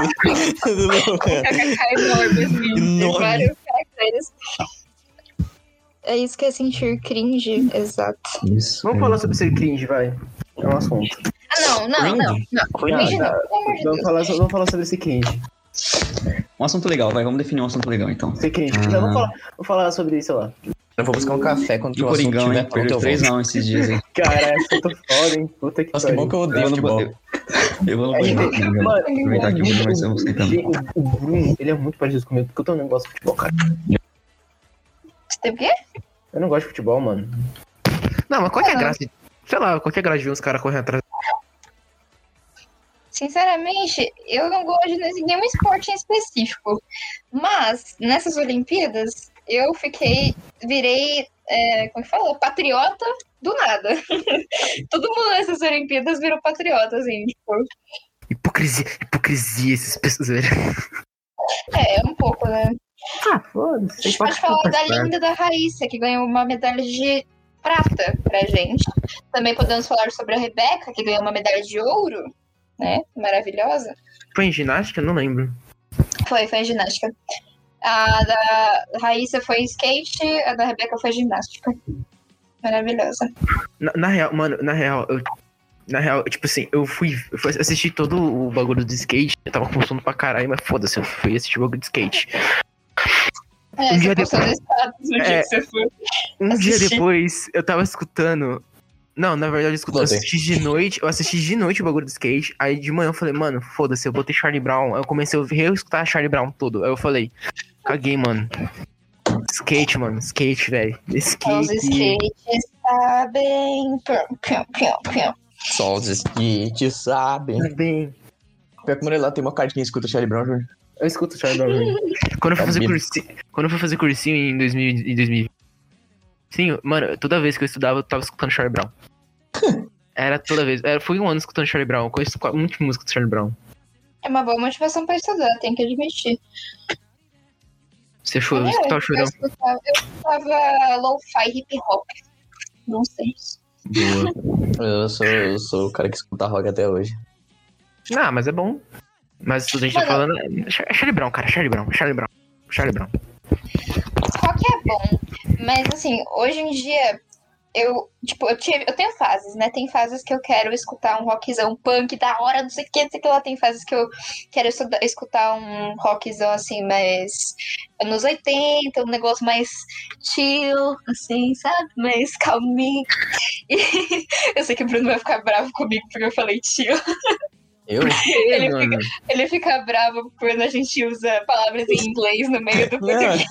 KKK enorme, assim. Enorme. Vários caracteres. É isso que é sentir cringe, exato. Isso. Vamos falar sobre ser cringe, vai. É um assunto. Ah, não. Cringe não, pelo amor de Deus. Vamos falar sobre ser cringe. Um assunto legal, vai. Vamos definir um assunto legal, então. Ser cringe. Não, vamos falar sobre, sei lá. Eu vou buscar um café quando E o o assunto Coringão, tiver hein? pronto, Perdeu eu volto. 3-1 esses dias aí. Caralho, eu tô foda, hein? Puta que Nossa, que bom que eu odeio futebol. Eu vou no banheiro. Mano, Aproveitar que o Bruno vai ser você também. o Bruno, ele é muito parecido comigo, porque eu também não gosto de futebol, cara. Você tem o quê? Eu não gosto de futebol, mano. Não, mas qual que é a graça? Sei lá, qual que é a graça de ver uns caras correndo atrás? Sinceramente, eu não gosto de nenhum esporte em específico. Mas, nessas Olimpíadas, eu virei, como que fala? Patriota do nada. Todo mundo nessas Olimpíadas virou patriota, assim, tipo. Hipocrisia esses pessoas, velho. É um pouco, né? Ah, foda-se. A gente pode falar da linda da Raíssa, que ganhou uma medalha de prata pra gente. Também podemos falar sobre a Rebeca, que ganhou uma medalha de ouro, né? Maravilhosa. Foi em ginástica? Não lembro. Foi em ginástica. A da Raíssa foi em skate, a da Rebeca foi ginástica. Maravilhosa. Na real, tipo assim, eu fui assistir todo o bagulho do skate, eu tava com sono pra caralho, mas foda-se, eu fui assistir o bagulho de skate. Um dia depois, eu tava escutando. Não, na verdade, eu assisti de noite o bagulho do skate. Aí de manhã eu falei, mano, foda-se, eu botei Charlie Brown. Aí eu comecei a reescutar Charlie Brown todo. Aí eu falei, caguei, mano. Skate, mano, skate, velho. Os skates sabem. Só os skates sabem. Bem. Pior que lá tem uma cartinha que escuta Charlie Brown, Júnior. Eu escuto Charlie Brown. Quando eu fui fazer cursinho em 2020. Sim, mano, toda vez que eu estudava, eu tava escutando Charlie Brown. Era toda vez. Foi um ano escutando Charlie Brown. Eu conheço muita música do Charlie Brown. É uma boa motivação pra estudar, tem que admitir. Você foi escutar o Chorão? Eu escutava lo-fi hip hop. Não sei. Boa. Eu sou o cara que escuta rock até hoje. Ah, mas é bom. Mas a gente tá falando. Charlie Brown, cara. Charlie Brown. Rock é bom. Mas assim, hoje em dia, eu tenho fases, né? Tem fases que eu quero escutar um rockzão punk da hora, não sei o que lá. Tem fases que eu quero escutar um rockzão assim, mais anos 80, um negócio mais chill, assim, sabe? Mais calminho. E eu sei que o Bruno vai ficar bravo comigo porque eu falei chill. Eu? Ele fica bravo quando a gente usa palavras em inglês no meio do português.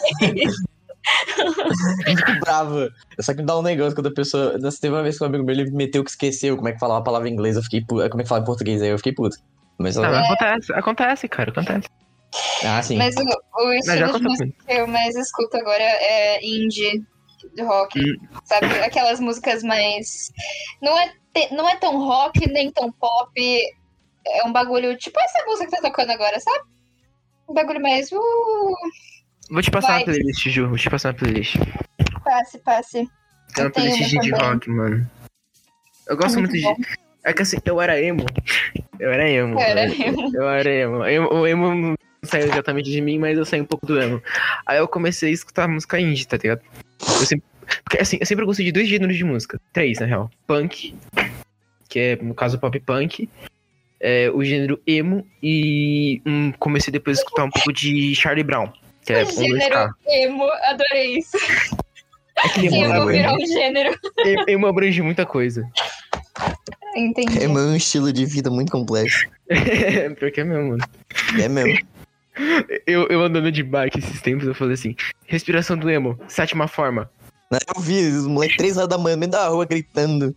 Eu fico bravo. Só que me dá um negócio quando a pessoa. Teve uma vez que um amigo meu ele meteu que esqueceu como é que falava a palavra em inglês. Eu fiquei puto. Como é que fala em português aí? Eu fiquei puto. Mas acontece, cara. Acontece. Ah, sim. Mas o estilo de música que eu mais escuto agora é indie rock. Sabe? Aquelas músicas mais. Não é tão rock nem tão pop. É um bagulho tipo essa música que tá tocando agora, sabe? Um bagulho mais. Vou te passar uma playlist, Ju. Passe. Tem uma playlist de rock, mano. Eu gosto muito de. É que assim, eu era emo. O emo não saiu exatamente de mim, mas eu saí um pouco do emo. Aí eu comecei a escutar música indie, tá ligado? Porque assim, eu sempre gostei de 2 gêneros de música. 3, na real. Punk, que é, no caso, pop punk. O gênero emo. E comecei depois a escutar um pouco de Charlie Brown. Que é o gênero emo, adorei isso. Emo virou um gênero. Emo abrange muita coisa. Entendi. É um estilo de vida muito complexo. Pior que é mesmo, mano. É mesmo. Eu andando de bike esses tempos, eu falei assim, respiração do emo, 7ª forma. Eu vi os moleques 3 horas da manhã, no meio da rua, gritando.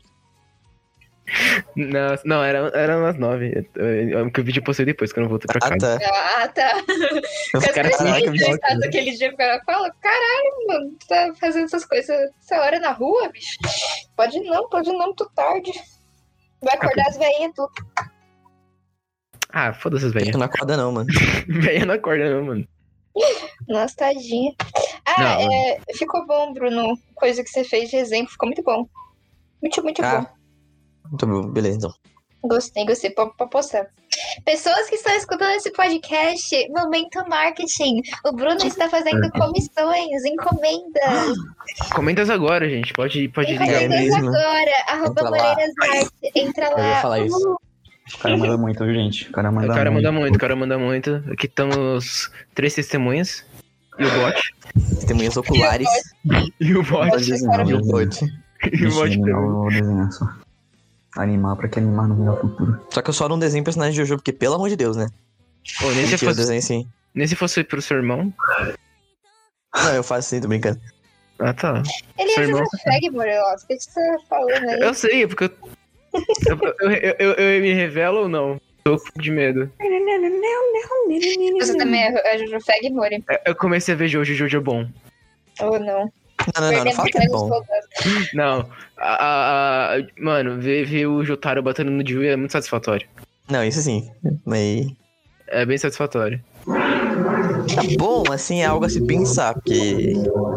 Não, era umas 9. O vídeo eu postei depois, que eu não voltei pra casa. Tá. Os caras aquele dia, o cara fala, caralho, mano, tu tá fazendo essas coisas essa hora na rua, bicho? Pode não, tô tarde. Vai acordar as velhinhas tudo. Ah, foda-se as velhinhas. Não acorda não, mano. Velha não acorda não, mano. Nossa, tadinha. Ficou bom, Bruno. Coisa que você fez de exemplo, ficou muito bom. Muito bom. Muito bom, beleza, então. Gostei. Pode postar. Pessoas que estão escutando esse podcast, Momento Marketing. O Bruno está fazendo comissões, encomendas. Comentas agora, gente. Pode ligar. Encomendas agora. @MoreirasArt. Entra lá. Eu ia falar isso. O cara manda muito, viu, gente? O cara manda muito. Aqui estamos 3 testemunhas. E o bot. Testemunhas oculares. E o bot. E o bot. E o bot. Eu vou desenhar só. Animar, pra que animar no meu futuro? Só que eu só não desenho personagem de Jojo, porque pelo amor de Deus, né? Pô, nem se fosse pro seu irmão. Não, eu faço assim, tô brincando. Ah, tá. Ele é Jojo Fag, Morelos. O que você tá falando aí? Eu sei, é porque eu me revelo ou não? Tô de medo. Você também é Jojo Fag, More? Eu comecei a ver Jojo é bom. Ou não? Não fala que é bom. Não, mano, ver o Jotaro batendo no Jiu é muito satisfatório. Não, isso sim, mas... É bem satisfatório. Tá bom, assim, é algo a se pensar, porque...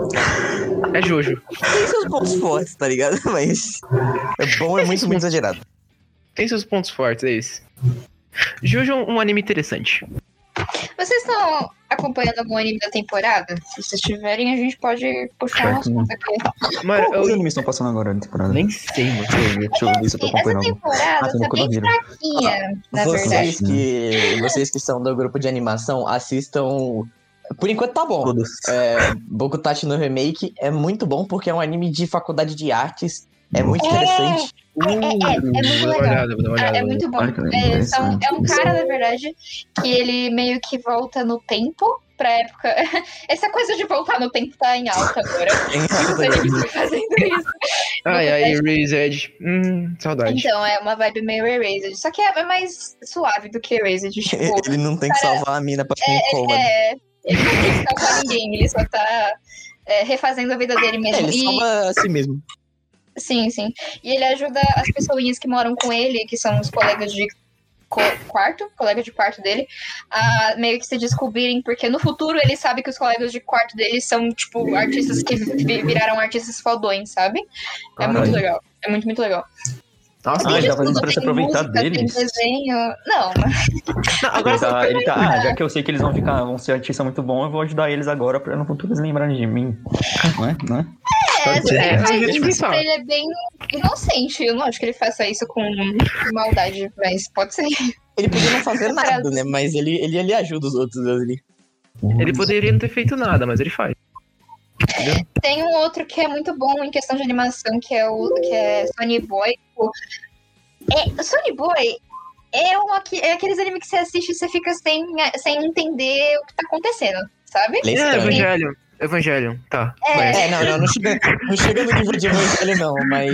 É Jojo. Tem seus pontos fortes, tá ligado? Mas... É bom, é muito exagerado. Tem seus pontos fortes, é isso. Jojo é um anime interessante. Vocês estão acompanhando algum anime da temporada? Se vocês tiverem, a gente pode puxar um assunto aqui. Mano, Qual os animes estão passando agora na temporada? nem sei, mano. Deixa eu ver se eu tô Essa acompanhando. temporada tá bem fraquinha, na verdade. Vocês que são do grupo de animação, assistam... Por enquanto tá bom. Bokutachi no Remake é muito bom, porque é um anime de faculdade de artes. É muito interessante. É muito legal. É muito bom. É um cara, na verdade, que ele meio que volta no tempo pra época. Essa coisa de voltar no tempo tá em alta agora. Os animes estão fazendo isso. Ai, Erased. Saudade. Então, é uma vibe meio Erased. Só que é mais suave do que Erased. Tipo, ele não tem que salvar a mina pra ficar em coma. Ele não tem que salvar ninguém. Ele só tá refazendo a vida dele mesmo. Ele salva a si mesmo. Sim. E ele ajuda as pessoinhas que moram com ele, que são os colegas de quarto dele, a meio que se descobrirem, porque no futuro ele sabe que os colegas de quarto dele são, tipo, artistas que viraram artistas fodões, sabe? É muito legal. É muito, muito legal. Nossa, ele tá fazendo pra se aproveitar deles. Desenho. Não, mas... Agora ele tá, já que eu sei que eles vão ser artistas muito bons, eu vou ajudar eles agora pra no futuro eles lembrarem de mim. Não é? Ele é bem inocente. Eu não acho que ele faça isso com maldade, mas pode ser. Ele podia não fazer nada, né? Mas ele ajuda os outros ali. Ele poderia não ter feito nada, mas ele faz. Entendeu? Tem um outro que é muito bom em questão de animação, que é Sonny Boy. Sonny Boy é aqueles animes que você assiste e você fica sem entender o que tá acontecendo, sabe? Evangelion, tá. Não chega no nível de Evangelho, não, mas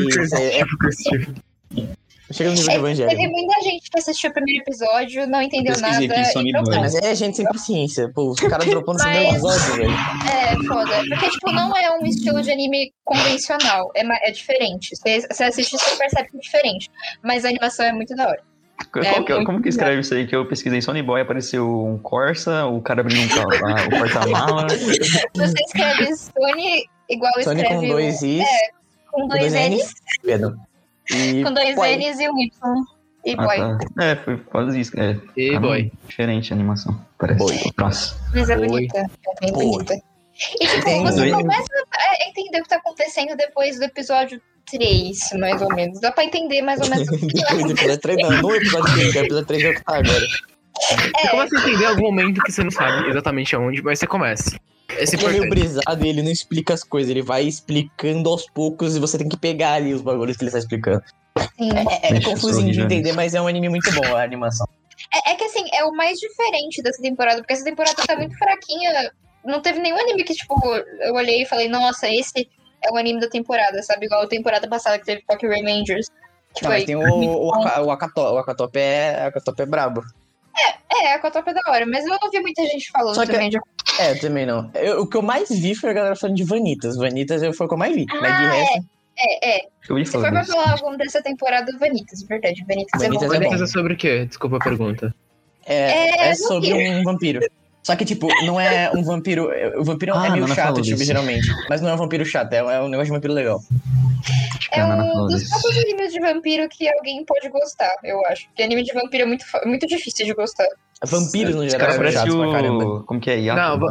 chega no nível de Evangelho. Teve muita gente que assistiu o primeiro episódio, não entendeu nada. Mas é gente sem paciência. Pô, os caras dropando no primeiro episódio, velho. É, foda. Porque, tipo, não é um estilo de anime convencional. É diferente. Você assiste e você percebe que é diferente. Mas a animação é muito da hora. Como que escreve isso aí? Que eu pesquisei Sonny Boy, apareceu um Corsa, o cara abrindo o porta-mala. Você escreve Sony igual Sony escreve... com 2 Is. Com 2 N's. Com 2 N's e um Y. E Boy. Tá. Foi quase isso. E Boy. Diferente a animação, parece. Boy. Nossa. Mas é bonita. É bem bonita. E tipo, você começa a entender o que tá acontecendo depois do episódio 3, mais ou menos. Dá pra entender mais ou menos o que tá No episódio 3 não, no episódio 3, o episódio 3 é o que tá agora. Você começa a entender algum momento que você não sabe exatamente aonde, mas você começa. Ele é meio brisado e ele não explica as coisas, ele vai explicando aos poucos e você tem que pegar ali os bagulhos que ele tá explicando. Sim. É confusinho de entender, mas é um anime muito bom, a animação. É que assim, é o mais diferente dessa temporada, porque essa temporada tá muito fraquinha. Não teve nenhum anime que, tipo, eu olhei e falei, nossa, esse é o anime da temporada, sabe? Igual a temporada passada que teve Tokyo Revengers. Mas tem o Akatop é brabo. A Akatop é da hora, mas eu não vi muita gente falando também. Eu também não. O que eu mais vi foi a galera falando de Vanitas. Vanitas foi o que eu mais vi. Mas de resto... Se for pra falar algum dessa temporada, Vanitas, verdade. Vanitas é bom. Vanitas é sobre o quê? Desculpa a pergunta. É sobre um vampiro. Só que, tipo, não é um vampiro... O vampiro é meio chato, tipo, geralmente. Mas não é um vampiro chato, é um negócio de vampiro legal. É um dos poucos animes de vampiro que alguém pode gostar, eu acho. Porque anime de vampiro é muito difícil de gostar. Vampiros, no geral, são chatos pra caramba. Como que é? Yato?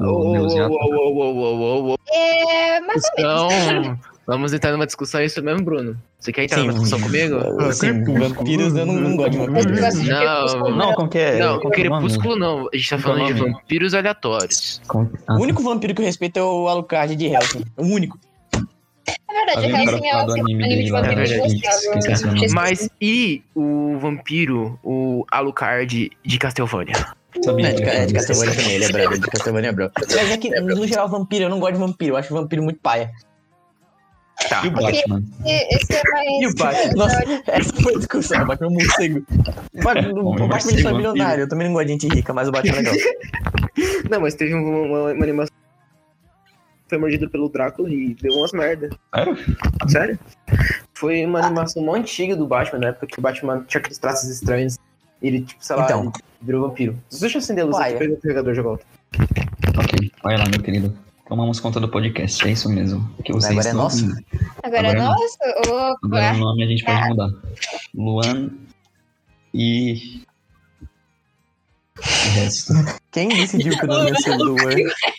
Mais ou menos. Vamos entrar numa discussão, é isso mesmo, Bruno? Você quer entrar numa discussão comigo? Sim, vampiros, eu não gosto de vampiros. Não, como que é? Não, com Crepúsculo não. A gente tá falando de vampiros aleatórios. O único vampiro que eu respeito é o Alucard de Hellsing. O único. É verdade, Hellsing é um anime de vampiro gostável. Mas e o vampiro, o Alucard de Castlevania? De Castlevania também, ele é brabo, de Castlevania é brabo. Mas é que, no geral, vampiro, eu não gosto de vampiro, eu acho vampiro muito paia. Tá. E o Batman? Esse é mais... E o Batman? Nossa, essa foi a discussão, o Batman é um morcego. O Batman ele só é milionário, eu também não gosto de gente rica, mas o Batman é legal. Não, mas teve uma animação que foi mordida pelo Drácula e deu umas merda. Sério? Foi uma animação mó antiga do Batman, na época que o Batman tinha aqueles traços estranhos. E ele, tipo, sei lá, ele virou vampiro. Deixa eu acender a luz aqui, pega o carregador de volta. Ok, vai lá, meu querido. Tomamos conta do podcast, é isso mesmo. Que vocês agora é nosso? Agora é nosso? Agora o nome a gente pode mudar. Luan e... o resto. Quem decidiu que o nome ia ser Luan?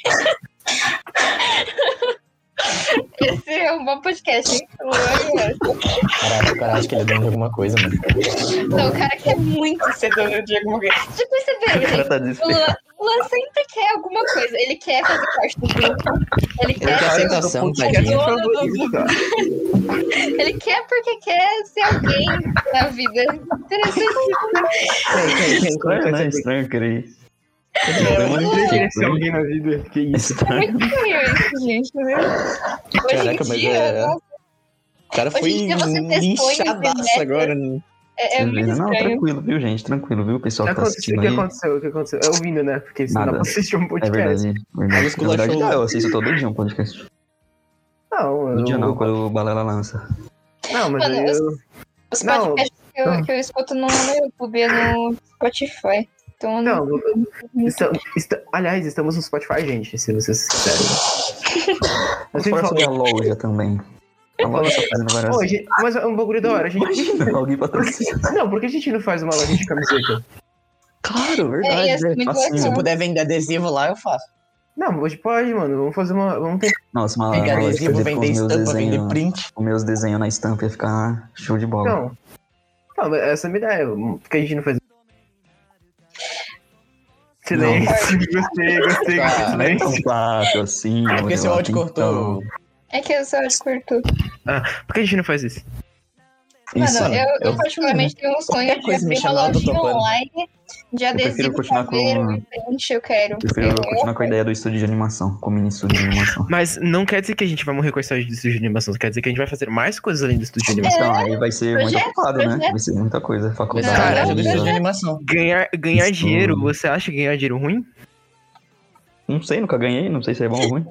Esse é um bom podcast, hein? Caraca, o cara acha que ele é dono de alguma coisa, mano. Não, o cara quer muito ser dono de alguma coisa. Já perceberam, gente? O Luan sempre quer alguma coisa. Ele quer fazer parte do grupo. Ele quer aceitação, tadinha. Ele quer porque quer ser alguém na vida. Interessante. É estranho, querer. Querer ser alguém na vida. Que isso? É muito estranho isso, gente. Caraca, mas o cara foi linchadaço agora. É muito não, estranho. tranquilo, viu, gente? Tranquilo, viu, pessoal que tá assistindo O aí. que aconteceu? É ouvindo, né? Porque senão Nada. não assistir um É podcast. verdade. Na verdade, não, eu assisto todo dia um podcast. Não, Todo dia não, quando o Balela lança. Não, mas Mano, aí eu... Os podcasts que eu escuto no YouTube é no Spotify. Então, Não, aliás, estamos no Spotify, gente, se vocês quiserem. Os próximos é a loja também. A loja tá fazendo várias... Hoje, mas é um bagulho da hora. A gente... Alguém patrocina. Não, por que a gente não faz uma loja de camiseta? Claro, verdade. ia ser muito Facinho. legal. Se eu puder vender adesivo lá, eu faço. Não, hoje pode, mano. Vamos fazer uma... Vamos ter... Nossa, uma Vender loja adesivo, com vender os meus estampa, vender desenhos. print. Os meus desenhos na estampa ia ficar show de bola. Não, mas essa é a minha ideia. Por que a gente não faz... Silêncio. Gostei. Não é tão Silêncio. fácil assim. É porque seu áudio cortou. É que o seu áudio cortou. Por que a gente não faz isso? Isso, Mano, eu particularmente tenho um sonho de coisa me abrir uma chamava, eu tô lojinha topando. online de adesivo, prefiro continuar chaveiro com- e print, eu quero. Prefiro continuar com a ideia do estúdio de animação, com o mini estúdio de animação. Mas não quer dizer que a gente vai morrer com a história do estúdio de animação. Quer dizer que a gente vai fazer mais coisas além do estúdio de animação. Então, aí vai ser muito projeto, ocupado, né? projeto. Vai ser muita coisa. Faculdade. Cara, Não, eu do não, estúdio de não. animação. Ganhar Isso. dinheiro, você acha ganhar dinheiro ruim? Não sei, nunca ganhei, não sei se é bom ou ruim.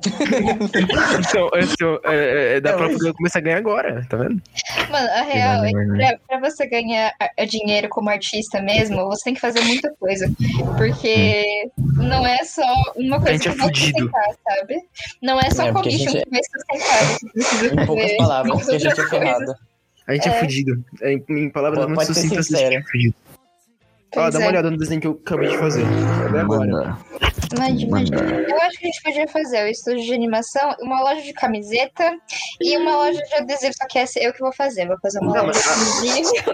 Então, dá pra poder começar a ganhar agora, tá vendo? Mano, a real é Verdade. que pra você ganhar dinheiro como artista mesmo, você tem que fazer muita coisa. Porque não é só uma A coisa gente que é vai fudido. sustentar, sabe? Não é só Porque a commission gente que vai sustentar. Você precisa Em poucas fazer palavras, porque a gente é outras coisas. ferrado. A gente é fudido. Em palavras Pode muito ser sucintas, a gente sincero. é fudido. Ó, Pois dá uma é. olhada no desenho que eu acabei de fazer. Até agora. Manda. Imagina. Eu acho que a gente podia fazer o estúdio de animação, uma loja de camiseta e uma loja de adesivo. Só que essa eu que vou fazer. Vou fazer uma Não, loja de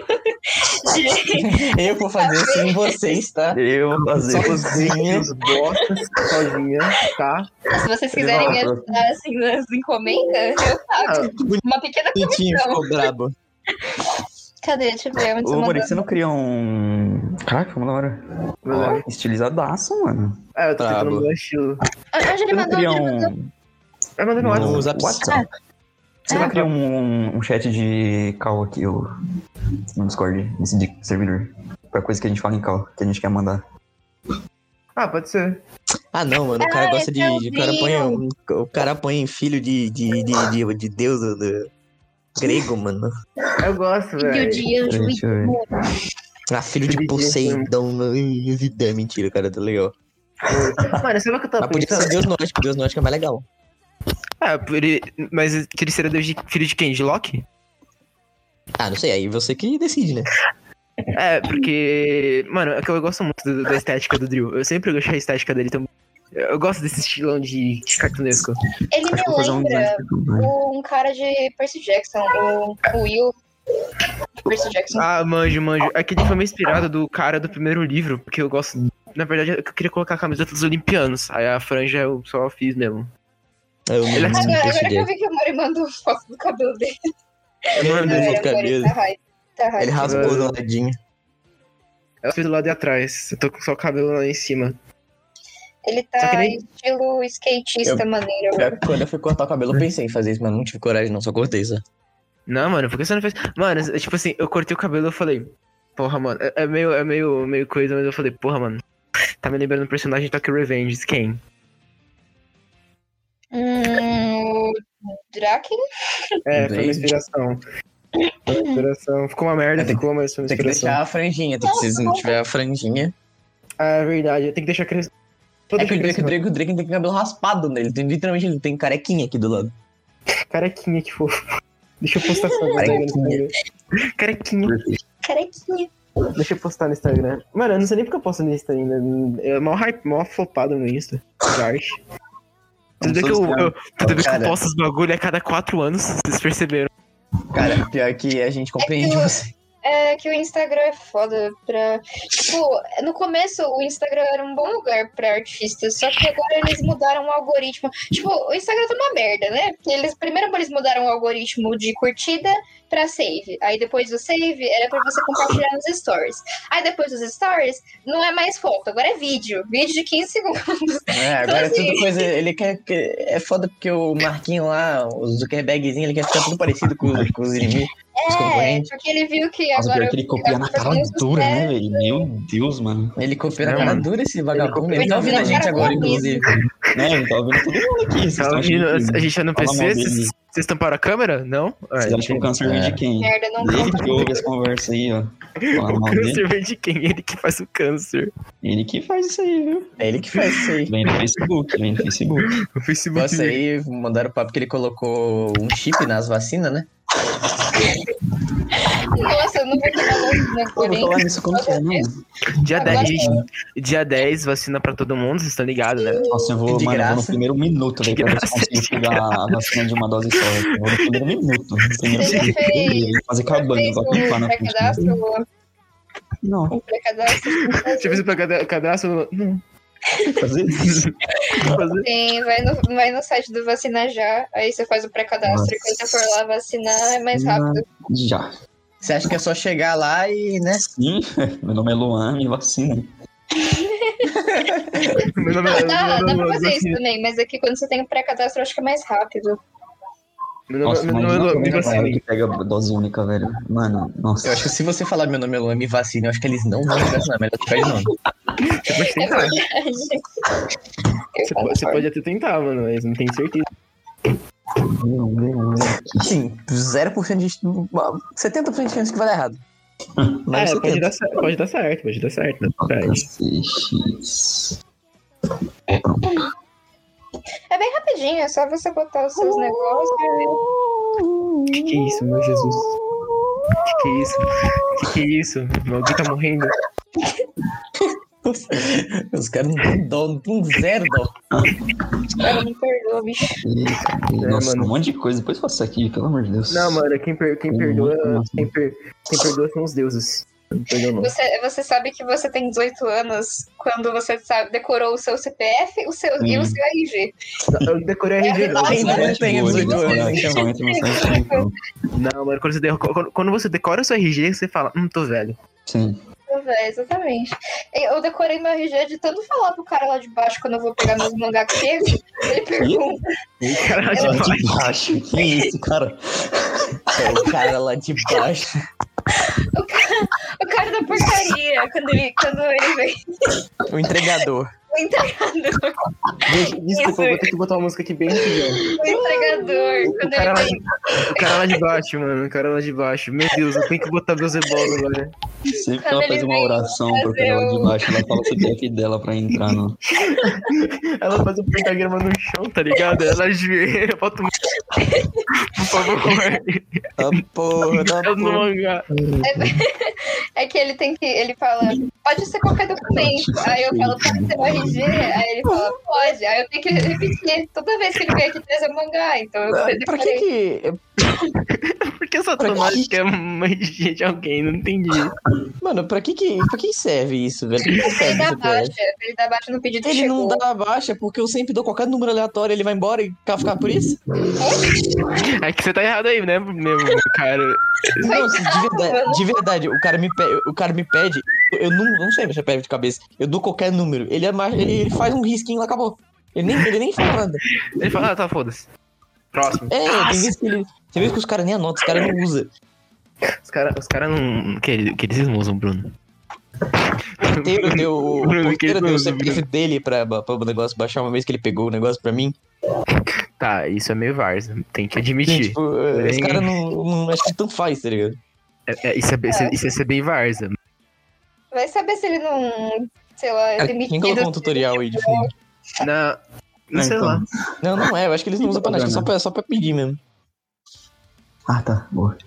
adesivo. Eu vou fazer sem vocês, tá? Eu vou fazer. Sozinho. Os bostas, sozinha, tá? Se vocês quiserem me ajudar assim nas encomendas, eu faço. Uma pequena Bonitinho, comissão. ficou brabo. Cadê? Deixa eu ver onde Ô, você Maurício, mandou. você não cria um... Caraca, ficou da hora. Ó, estilizadaço, mano. Eu tô tentando Brabo. mudar o estilo. Onde ele Você não mandou? cria Onde ele mandou? um... Vai mandando No no Zap. WhatsApp. Você não cria um chat de call aqui no Discord, nesse servidor. Pra coisa que a gente fala em call, que a gente quer mandar. Pode ser. Ah, não, mano. O cara gosta de. eu O cara põe filho de Deus grego, mano. Eu gosto, Filho velho. de anjo e Deixa eu ver. Ah, filho de Filho de Poseidon. Mentira, cara, tá legal. Mano, sabe o que eu tava Mas podia pensando? ser Deus Nórdico, Deus Nórdico é mais legal. Mas que ele seria filho de quem? De Loki? Ah, não sei, aí você que decide, né? Porque... Mano, é que eu gosto muito da estética do Drill. Eu sempre gostei da estética dele também. Eu gosto desse estilão de cartunesco. Ele Acho que vou fazer me lembra design. um cara de Percy Jackson, o Will de Percy Jackson. Ah, manjo. Aquele foi meio inspirado do cara do primeiro livro, porque eu gosto... Na verdade, eu queria colocar a camiseta dos Olimpianos. Aí a franja eu só fiz mesmo. Eu me lembro Agora desse que eu jeito. vi que o Mori mandou foto do cabelo dele. Mano, Ele Agora, cabelo. Mori, tá hype. Ele raspou do ladinho. ela fez do lado de atrás. Eu tô com só o cabelo lá em cima. Ele Só que tá nem- estilo skatista maneiro agora. Quando eu fui cortar o cabelo, eu pensei em fazer isso, mas não tive coragem, não, só cortei isso. Não, mano, por que você não fez? Mano, tipo assim, eu cortei o cabelo e eu falei, porra, mano, é meio coisa, mas eu falei, porra, mano, tá me lembrando do personagem de Tokyo Revenge, quem? O Draken? Foi uma Revenge. inspiração. Foi uma inspiração. Ficou uma merda, Tem- ficou, mas foi uma Tem que inspiração. deixar a franjinha, tem que, se não tiver a franjinha. Ah, é verdade, tem que deixar crescer. Vou É que deixar o crescer. Drake tem cabelo raspado nele. Literalmente ele tem carequinha aqui do lado. Carequinha, que fofo. Deixa eu postar essa coisa no Instagram. Carequinha. Carequinha. Deixa eu postar no Instagram. Mano, eu não sei nem porque eu posto no Insta ainda. É mó hype, mó flopado no Insta. De arte. Tudo bem que eu Cara. posto os bagulho a cada 4 anos, vocês perceberam. Cara, pior que a gente compreende você. É que o Instagram é foda pra... Tipo, no começo o Instagram era um bom lugar pra artistas, só que agora eles mudaram o algoritmo. Tipo, o Instagram tá uma merda, né? Porque primeiro eles mudaram o algoritmo de curtida pra save. Aí depois do save era pra você compartilhar nos stories. Aí depois dos stories não é mais foto, agora é vídeo. Vídeo de 15 segundos. Agora é assim- tudo coisa. Ele quer. É foda porque o Marquinho lá, o Zuckerbergzinho, ele quer ficar tudo parecido com os inimigos, os É, concorrentes. porque ele viu que Nossa, agora... pior que ele copia na cara dura, né, velho? Meu Deus, mano. Ele copia na É, cara mano. dura esse vagabundo. Ele Ele tá copia ouvindo a na gente cara agora, dura. inclusive. Né, ele tá ouvindo todo mundo aqui. Vocês Tá estão ouvindo? achando que- A gente tá no Fala PC? mal dele. Vocês tamparam a câmera? Não? Vocês acham que o câncer vem de quem? Merda, não Ele conta. que ouve essa conversa aí, ó. Fala O mal dele. câncer vem de quem? Ele que faz o câncer. Ele que faz isso aí, viu? É ele que faz isso aí. Vem no Facebook, vem no Facebook. O Facebook. Nossa, aí mandaram o papo que ele colocou um chip nas vacinas, né? Nossa, eu não vou tomar vacina, Eu vou porém. falar nisso como que é, não? Dia Agora 10, gente. Dia 10, vacina pra todo mundo, vocês estão ligados, né? Nossa, eu vou, De mano, eu vou no graça. primeiro minuto, velho, pra ver se eu graça, consigo de pegar a vacina de uma dose só. Eu vou no primeiro minuto. No primeiro Você já minuto. fez- Vou fazer cabana, Fez vou acampar o na frente. pré-cadastro? Não, O pré-cadastro Você fez o cadastro? Não. fazer isso. Fazer. tem, vai no site do Vacina Já, aí você faz o pré-cadastro e quando você for lá vacinar é mais rápido. Já. Você acha que é só chegar lá e, né? Sim, meu nome é Luan, me vacina. Meu nome é- Dá meu pra nome é- fazer isso também, mas aqui quando você tem o pré-cadastro eu acho que é mais rápido. Meu nome Nossa, meu imagina nome é como me é vacina. que pega dose única, velho. Mano, nossa. Eu acho que se você falar meu nome é Luan, me vacina, eu acho que eles não vão me vacinar, melhor trocar de nome. Você pode É tentar. verdade. Eu Você concordo. pode até tentar, mano, mas não tenho certeza. Sim, 0% de... 70% de chance que vai dar errado. Mas você Pode tenta. dar certo, pode dar certo. Né? CX. É bem rapidinho, é só você botar os seus negócios. Que é isso, meu Jesus? Que é isso? Que é isso? Alguém tá morrendo? Os caras não têm dó, não tem zero dó. Cara, me perdoa, bicho. Nossa, mano. um monte de coisa. Depois faça aqui, pelo amor de Deus. Não, mano, quem perdoa, Nossa. quem perdoa são os deuses. Não perdoa, não. Você sabe que você tem 18 anos quando você decorou o seu CPF e o seu RG. Eu decorei a RG. Nossa, Ainda não tenho 18 anos, então. Só entra no site, então. Não, mano, quando você decora o seu RG, você fala, tô velho. Sim. Exatamente. Eu decorei meu RG de tanto falar pro cara lá de baixo quando eu vou pegar meus mangá que teve. Ele pergunta. E caralho, Lá de baixo. Que isso, cara? É o cara lá de baixo. O cara da portaria, quando ele vem. O entregador. O entregador. Gente, desculpa, eu vou ter que botar uma música aqui bem antiga. O entregador. O cara lá de baixo, mano. O cara lá de baixo. Meu Deus, eu tenho que botar Beelzebub agora. Sempre que ela faz uma oração pro cara lá de baixo, ela fala o CPF dela pra entrar no... Ela faz o pentagrama no chão, tá ligado? Ela ajoelha, bota um... Por favor. Porra, Eu no mangá. É que ele fala, pode ser qualquer documento. Aí eu falo, pode ser o RG? Aí ele fala, pode. Aí eu tenho que repetir toda vez que ele vem aqui trazer o mangá. Então eu Pra que Por que essa tomate quer uma RG de alguém? Não entendi. Mano, pra que serve isso, velho? Pra que serve Ele dá essa baixa. porra? Ele dá baixa no pedido que Ele chegou. não dá baixa porque eu sempre dou qualquer número aleatório, ele vai embora e ficar por isso? É que você tá errado aí, né, meu cara? Não, de verdade, o cara me pede, eu não sei mexer pede de cabeça, eu dou qualquer número, ele faz um risquinho e acabou. Ele nem fala nada. Ele fala, tá, foda-se. Próximo. Tem vezes que os caras nem anotam, os caras não usam. Os caras não... Que eles não usam, Bruno? O porteiro deu o CPF dele pra o negócio baixar uma vez que ele pegou o negócio pra mim. Tá, isso é meio Varsa, tem que admitir. Tipo, os caras não acho que tanto faz, tá ligado? Isso é ser bem Varsa. Vai saber se ele não, sei lá, é demitido. Quem colocou um tutorial aí de fundo? Não sei lá. Não é, eu acho que eles não usam pra nada, só pra pedir mesmo. Ah, tá, boa.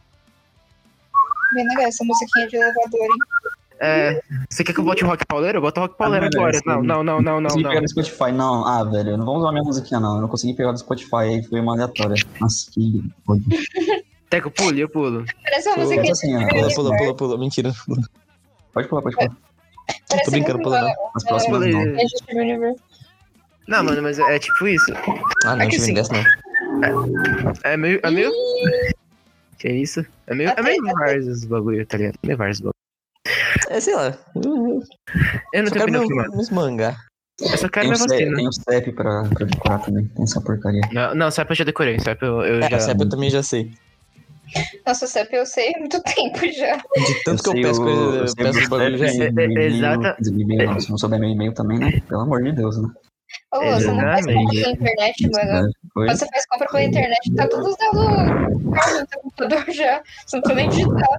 Bem legal essa musiquinha de elevador, hein? Você quer que eu bote o Rock Pauleiro? Eu boto o Rock Pauleiro agora. Não. Consegui pegar do Spotify, não. Ah, velho, não vamos usar minha musiquinha, não. Eu não consegui pegar do Spotify, aí foi uma aleatória. Nossa, que... Até que eu pulo. Parece uma musiquinha assim, ó. Pula, mentira. Pode pular. Parece Tô brincando, muito pula não. As próximas não. Justin Bieber. Não, mano, mas é tipo isso. Ah, não, que time assim, dessa não. É meio... Que é isso? É meio Varsa os bagulho, tá ligado? Meio Varsa os bagulho. Sei lá. Eu não Só tenho quero opinião formada. meus mangá. Eu só quero minha vacina. Tem o CEP pra decorar também. Tem essa porcaria. Não, CEP eu já decorei. CEP eu já... CEP eu também já sei. Nossa, CEP eu sei há muito tempo já. De tanto que eu peço coisa, peço os bagulho já sei. Exata. Se não souber meu e-mail também, né? Pelo amor de Deus, né? Ô, você não faz compra pela internet, mano. Oi? Quando você faz compra pela internet, tá tudo usando no teu computador já. Você não precisa nem digitar.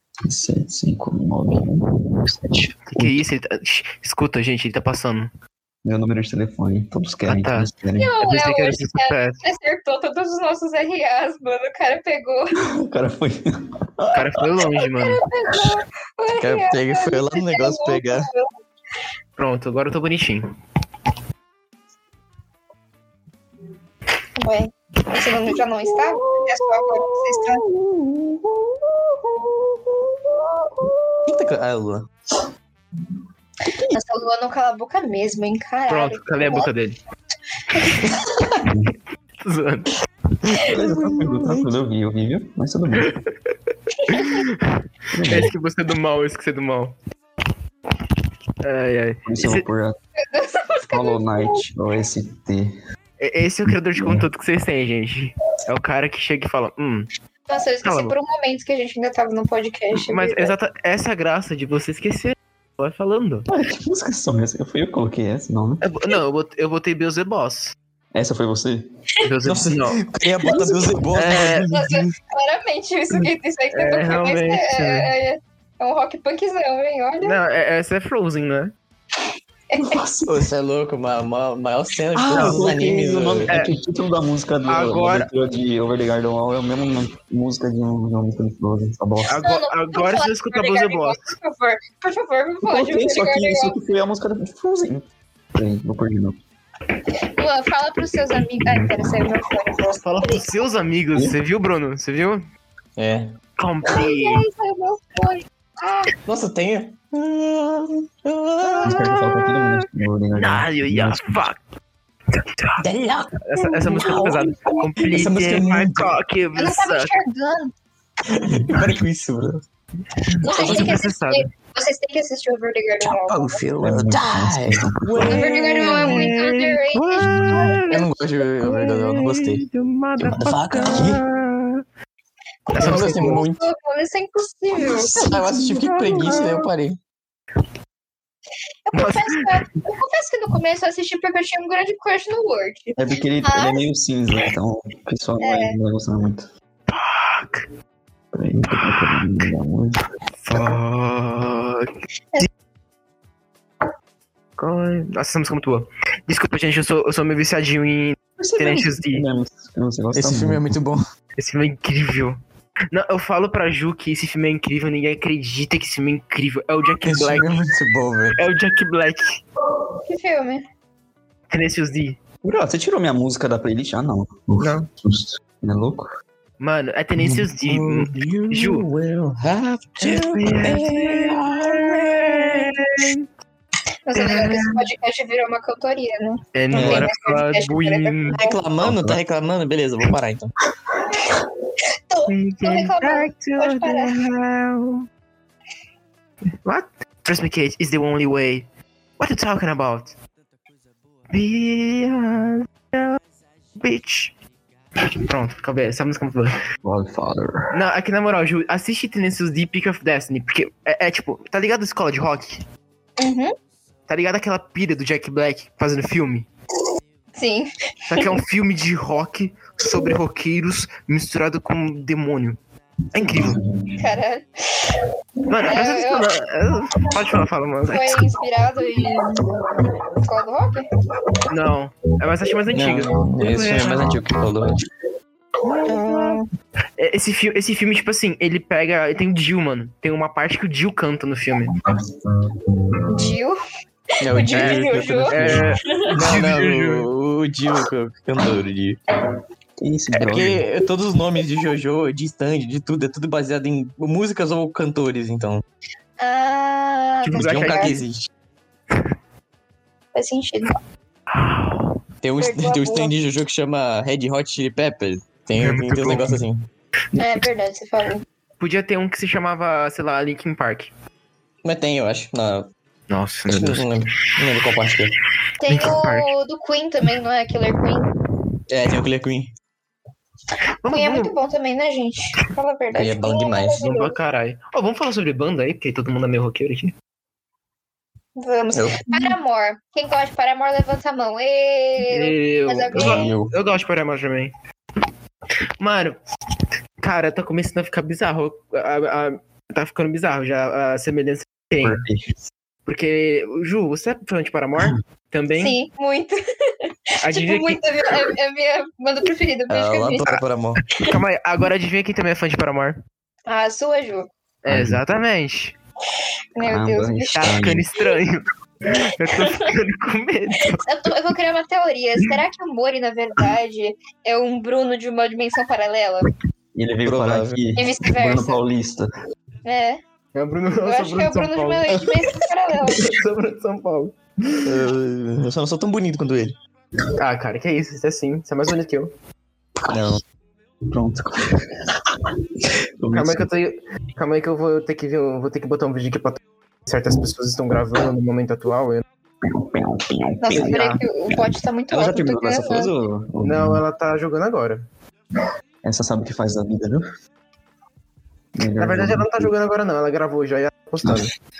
7591. Que isso? Escuta, gente, ele tá passando. Meu número de telefone. Todos querem. Ah, tá. Todos querem. Não, Eu pensei que era hoje esse você CPF. acertou todos os nossos RAs, mano. O cara pegou. O cara foi. O cara foi longe, mano. O cara pega e foi lá no negócio pegar. Pronto, agora eu tô bonitinho. Ué, você já não está? É só agora que você está. Quem tá... Ah, Lua. Essa Lua não cala a boca mesmo, hein, caralho. Pronto, calei a boca dele. Tô zoando. Beleza, tranquilo, eu vi, viu? Mas tudo bem. Esse que você é do mal, esse que você é do mal. Ai. Por isso eu vou por Hollow Knight, OST. Esse é o criador de conteúdo que vocês têm, gente. É o cara que chega e fala, Nossa, eu esqueci por um momento que a gente ainda tava no podcast. Mas essa é a graça de você esquecer. Vai falando. Que músicas são essas? Eu que coloquei essa, não, né? Não, eu botei Beelzeboss. Essa foi você? Nossa, não. Eu queria botar Beelzebub. Nossa, claramente, isso aí que você tocou, mas realmente. é um rock punkzão, hein? Olha. Não, essa é Frozen, né? Nossa. Você é louco, maior cena de Eu todos os coloquei animes. o nome. É. É que o título da música do Agora- de Over the Garden Wall é a mesma música de uma música de Frozen, essa bosta. Agora você vai escutar Beelzeboss. Por favor, me Eu pode. coloquei, só que foi a música de Frozen. Peraí, vou pôr de novo. Luan, fala pros seus amigos. Ai, pera, saiu meu fone. Fala pros seus amigos. Você viu, Bruno? Você viu? É. Complete. Ai, saiu meu fone. Nossa, tem. Espero que fale pra todo mundo. Over the Garden Nah, Wall. yeah, fuck. Essa música é pesada. Complete Essa música é my muito- cock, Eu não tava enxergando. Para com isso, bro. Vocês Você têm que processado. Vocês têm que assistir Over the Garden Wall. Oh, feel É muito die. Over the Garden Wall é muito underrated. Eu não gosto de Overdose, eu não gostei. Motherfucker. Essa música é muito. Isso é impossível. Eu assisti, fiquei com preguiça e aí eu parei. Eu confesso que no começo eu assisti porque eu tinha um grande crush no Word. É porque ele é meio cinza, então o pessoal não vai gostar muito. Fuck. Peraí, eu tô procurando a música. Fuck. Nossa, essa música é muito boa. Desculpa, gente, eu sou meio viciadinho em Tenacious D. Esse filme é muito bom. Esse filme é incrível. Não, eu falo pra Ju que esse filme é incrível, ninguém acredita que esse filme é incrível. É o Jack Esse Black. filme é muito bom, velho. É o Jack Black. Que filme? Tenacious D. Bro, você tirou minha música da playlist? Ah, não. Não. Susto. Não é louco? Mano, é Tenacious D. Ju. Mas agora esse podcast virou uma cantoria, né? É Não tem Nora mais podcast Buin. Tá reclamando? Beleza, vou parar então. Tô reclamando. Pode parar. What? Trust me, Kate, is the only way. What are you talking about? Beyond the beach. Pronto, acabei. Essa música é muito boa. Godfather. Não, aqui na moral, Ju, assiste Tenacious D Peak of Destiny, porque é tipo, tá ligado a escola de rock? Uhum. Tá ligado aquela pilha do Jack Black fazendo filme? Sim. Só que é um filme de rock sobre roqueiros misturado com demônio. É incrível. Caralho. Mano, pode fala, mano. Foi inspirado em Escola do Rock? Não, acho mais antiga. Não, esse filme é mais antigo que o falou. Esse filme, tipo assim, ele tem o Jill, mano. Tem uma parte que o Jill canta no filme. Jill? É O Jill de Jojo? O Jill, o cantor, o Jill. Que isso, É bro? porque todos os nomes de Jojo, de Stand, de tudo, é tudo baseado em músicas ou cantores, então. Ah, Tipo, Tem um Black cara Eyed que existe. faz sentido. Tem um stand de Jojo que chama Red Hot Chili Peppers. Tem uns negócios assim. É verdade, você falou. Podia ter um que se chamava, sei lá, Linkin Park. Mas tem, eu acho. Nossa, meu Deus. Não lembro qual parte que é. Tem Linkin Park. o do Queen também, não é? Killer Queen. É, tem o Killer Queen. Queen é muito bom também, né, gente? Fala a verdade. Queen é bom demais. Vamos pra caralho. Vamos falar sobre banda aí, porque todo mundo é meio roqueiro aqui. Vamos. Eu. Paramore. Quem gosta de Paramore, levanta a mão. Mas alguém? Eu gosto de Paramore também. Mano, cara, tá começando a ficar bizarro. Tá ficando bizarro já a semelhança que tem. Porque, Ju, você é fã de Paramore? Também? Sim, muito. Adivinha Tipo, muito. É a minha banda preferida. Por isso que eu Ela vi. adora Paramore. Calma aí, agora adivinha quem também é fã de Paramore? A sua, Ju. Exatamente. Meu Caramba, Deus. Tá ficando estranho. Eu tô ficando com medo. Eu vou criar uma teoria. Será que o Mori, na verdade, é um Bruno de uma dimensão paralela? E ele veio parar Provável. aqui. E vice-versa. Bruno Paulista. É. É o Bruno, Eu acho que é o Bruno de uma dimensão paralela. Eu sou Bruno de São Paulo. Eu só não sou tão bonito quanto ele. Ah, cara, que isso? Isso é sim. Você é mais bonito que eu. Não. Pronto. Calma aí que eu vou ter que ver. Eu vou ter que botar um vídeo aqui pra certas pessoas estão gravando no momento atual. Nossa, peraí que o bot tá muito Ela já alto. eu tô terminou com essa gravando. coisa? Ou... Não, ela tá jogando agora. Essa sabe o que faz da vida, viu? Na verdade, ela não tá jogando agora, não. Ela gravou já e ela tá postando.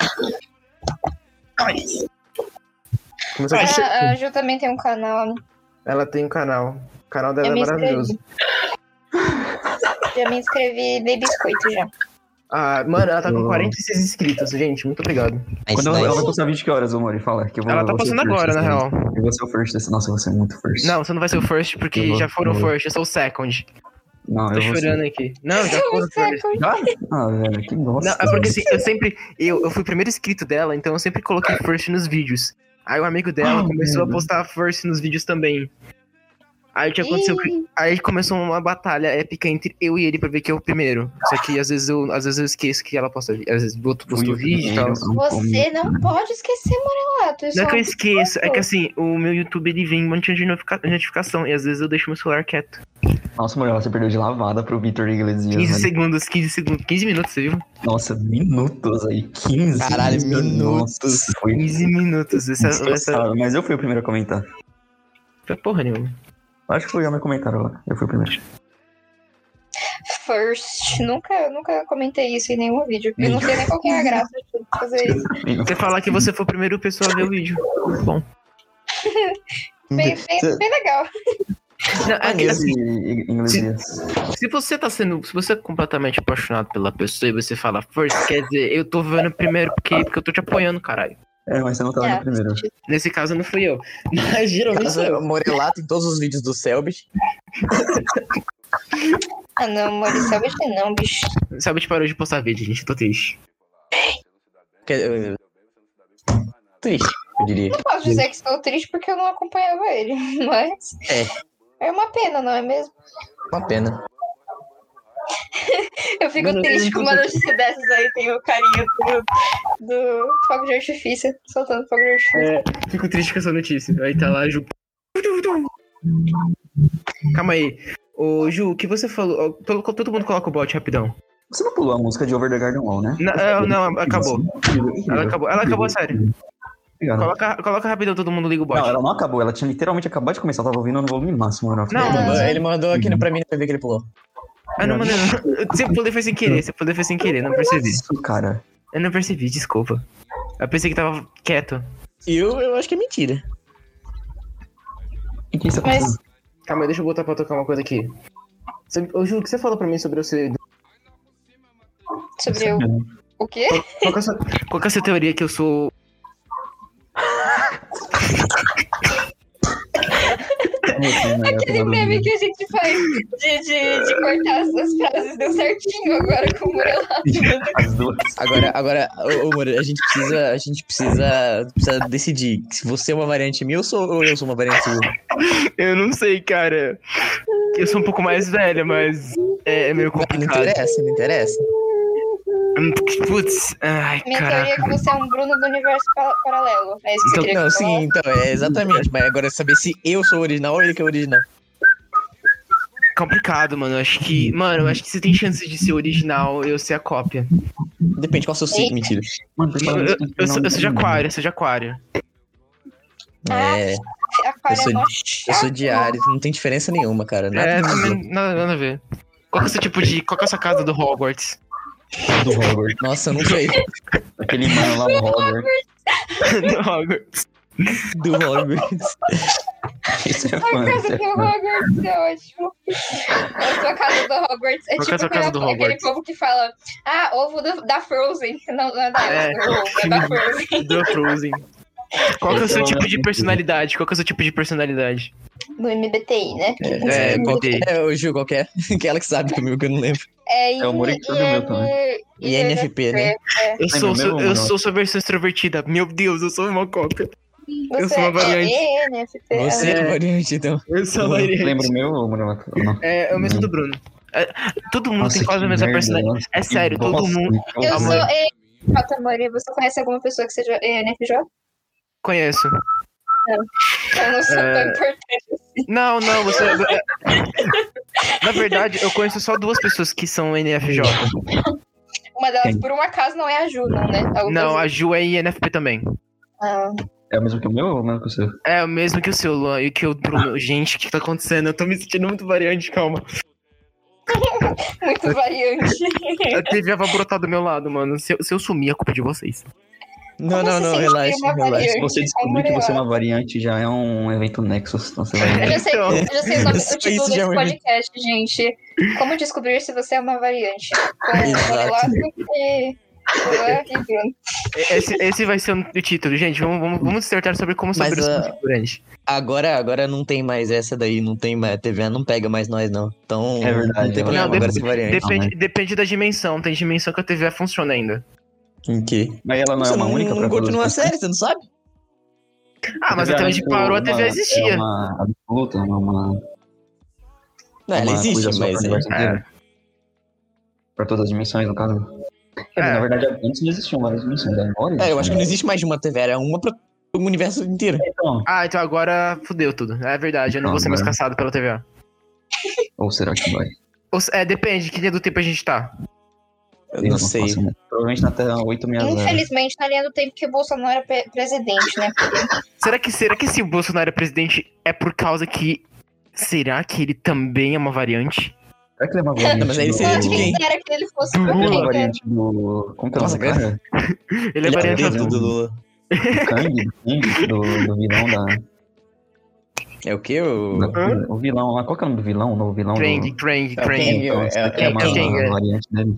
Começou a A Ju também tem um canal, né? Ela tem um canal. O canal dela Eu é me maravilhoso. Já me inscrevi de biscoito já. Ah, mano, ela tá com 46 inscritos, gente. Muito obrigado. Quando ela vai postar vídeo, que horas, ô Mori? Fala. Que eu vou, Ela tá vou ser postando o first agora, na desse real. daí. Eu vou ser o first desse. Nossa, eu vou ser muito first. Não, você não vai ser o first, porque Eu vou- já foram eu vou. first. Eu sou o second. Não, Tô eu vou chorando ser... aqui. Não, já foram first. Já? Ah, velho, que bosta. Não, é porque assim, eu sempre. Eu fui o primeiro inscrito dela, então eu sempre coloquei first nos vídeos. Aí o amigo dela começou a postar first nos vídeos também. Aí o que aconteceu? Aí começou uma batalha épica entre eu e ele pra ver quem é o primeiro. Só que às vezes eu esqueço que ela posta vídeo. Às vezes posto o vídeo e tal. Você não pode esquecer, Morelato. Não é que eu esqueço, é que assim, o meu YouTube ele vem um monte de notificação. E às vezes eu deixo meu celular quieto. Nossa, Morela, você perdeu de lavada pro Vitor Iglesias. 15 velho. segundos, 15 minutos, você viu? Nossa, minutos aí. 15. Caralho, minutos. Nossa, foi 15 minutos. Essa destroçado, mas eu fui o primeiro a comentar. foi porra nenhuma. Acho que foi eu me comentaram lá. Eu fui o primeiro. first. Nunca comentei isso em nenhum vídeo. Eu não sei nem qual que é a graça de fazer isso. Você falar que você foi a primeira pessoa a ver o vídeo. Bom. Bem legal. Não, é que, assim, Inglês. se você é completamente apaixonado pela pessoa e você fala first, quer dizer, eu tô vendo primeiro porque eu tô te apoiando, caralho. Mas você não tava no primeiro. Nesse caso não fui eu. Mas geralmente sou eu. Morelato em todos os vídeos do Selbit. Ah, não, Maurício, não, bicho. Selbit parou de postar vídeo, gente, tô triste. Triste, eu diria. Não posso dizer que estou triste porque eu não acompanhava ele, mas... É uma pena, não é mesmo? Uma pena. Eu fico triste com uma notícia dessas aí, tem o carinha do fogo de artifício, soltando fogo de artifício. Fico triste com essa notícia. Aí tá lá, Ju. Calma aí. Ô, Ju, o que você falou? Todo mundo coloca o bot rapidão. Você não pulou a música de Over the Garden Wall, né? Não, acabou. Ela acabou a série. Coloca rapidão, todo mundo liga o bot. Não, ela não acabou, ela tinha literalmente acabado de começar, eu tava ouvindo no volume máximo. Ele mandou aqui pra mim pra ver que ele pulou. Ah, não mandei não. Se eu pulei foi sem querer, não percebi. Isso, cara. Eu não percebi, desculpa. Eu pensei que tava quieto. Eu acho que é mentira. O que isso aconteceu? Calma aí, deixa eu botar pra tocar uma coisa aqui. Ô, Ju, o que você falou pra mim sobre o seu... Sobre o quê? Qual que é a sua teoria que eu sou... Aquele meme que a gente faz de cortar as frases deu certinho agora com o Morelato. As duas. Agora, Moro, a gente precisa decidir se você é uma variante minha ou eu sou uma variante sua. Eu não sei, cara. Eu sou um pouco mais velha, mas é meio complicado. Não interessa. Putz, ai, Minha caraca. teoria é que você é um Bruno do universo paralelo. É isso que você queria Não, falar? sim, então, exatamente. Mas agora é saber se eu sou o original ou ele que é o original. Complicado, mano. Eu acho que você tem chance de ser original e eu ser a cópia. Depende qual é o seu signo, mentira. Mano, Eu sou de aquário, Aquário é mó Eu sou de Ares, não tem diferença nenhuma, cara. Nada a ver. Qual que é a sua casa do Hogwarts? Do Hogwarts. Nossa, eu não sei. Aquele mano lá no Hogwarts. Do Hogwarts. Do Hogwarts. Isso é A fã. casa do Hogwarts é ótimo. A sua casa do Hogwarts é Qual que é a sua casa do aquele Hogwarts? povo que fala ovo da Frozen. Não é da Elsa, é da Frozen. Do Frozen. Qual que é o seu tipo de personalidade? No MBTI, né? O Gil, qual que é? Aquela que sabe comigo que eu não lembro. É o monitor do meu também. INFP, né? Eu sou sua versão extrovertida. Meu Deus, eu sou uma cópia. Eu sou uma variante. ENFP. Você é variante, então. Eu sou uma variante. Lembra o meu, Morelato? É o mesmo do Bruno. Todo mundo tem quase a mesma personalidade. É sério, todo mundo. Eu sou ENFJ, Maria. Você conhece alguma pessoa que seja ENFJ? Conheço. Eu não sou tão importante assim. Não, você. Na verdade, eu conheço só 2 pessoas que são NFJ. Uma delas, por um acaso, não é a Ju, não, né? Não, a Ju é INFP também. É o mesmo que o meu ou o mesmo que o seu? É o mesmo que o seu, Luan, e que o Bruno. Gente, o que tá acontecendo? Eu tô me sentindo muito variante, calma. Muito variante. A TV vai brotar do meu lado, mano. Se eu sumir, a culpa é de vocês. Não, Como você relaxa, uma relaxa. variante? Se você descobrir que você é uma variante, já é um evento Nexus. Então você vai... Eu já sei o nome, Isso o título já desse é um podcast, gente. Como descobrir se você é uma variante. Com Exato. o Morelato e Bruno. Esse vai ser o título, gente. Vamos dissertar sobre como saber os tipos de variante. Agora não tem mais essa daí, não tem mais. A TV não pega mais nós, não. Então, É verdade, não tem é problema, verdade. agora você variante. Depende da dimensão. Tem dimensão que a TV funciona ainda. Em quê? Mas ela não Você é uma única não pra continua a todas as série, você não sabe? Ah, mas até onde parou, a TV existia. É uma absoluta, Não, ela existe, mas... Pra todas as dimensões, no caso. Na verdade, antes não existiam várias dimensões. Agora eu acho que não existe mais de uma TV, era uma pra o universo inteiro. Então agora fudeu tudo. É verdade, eu não vou ser mais caçado pela TVA. Ou será que vai? Depende, que linha do tempo a gente tá. Eu não sei. Provavelmente na Terra 860. Infelizmente, na linha do tempo que o Bolsonaro é presidente, né? Será que se o Bolsonaro é presidente é por causa que... Será que ele também é uma variante? Será que ele é uma variante mas aí do... seria de Quem quem? dera que ele fosse Do Será que ele é uma Lula. variante do... Como que é o Nossa, nome do cara? Ele é variante preto azul. do Lula. Do Kang, do vilão da... É o quê? O O vilão lá, qual que é o nome do vilão? O novo vilão Krang, do... Krang, É o Krang. Kang, Então, é- esse daqui é uma Kang, variante dele.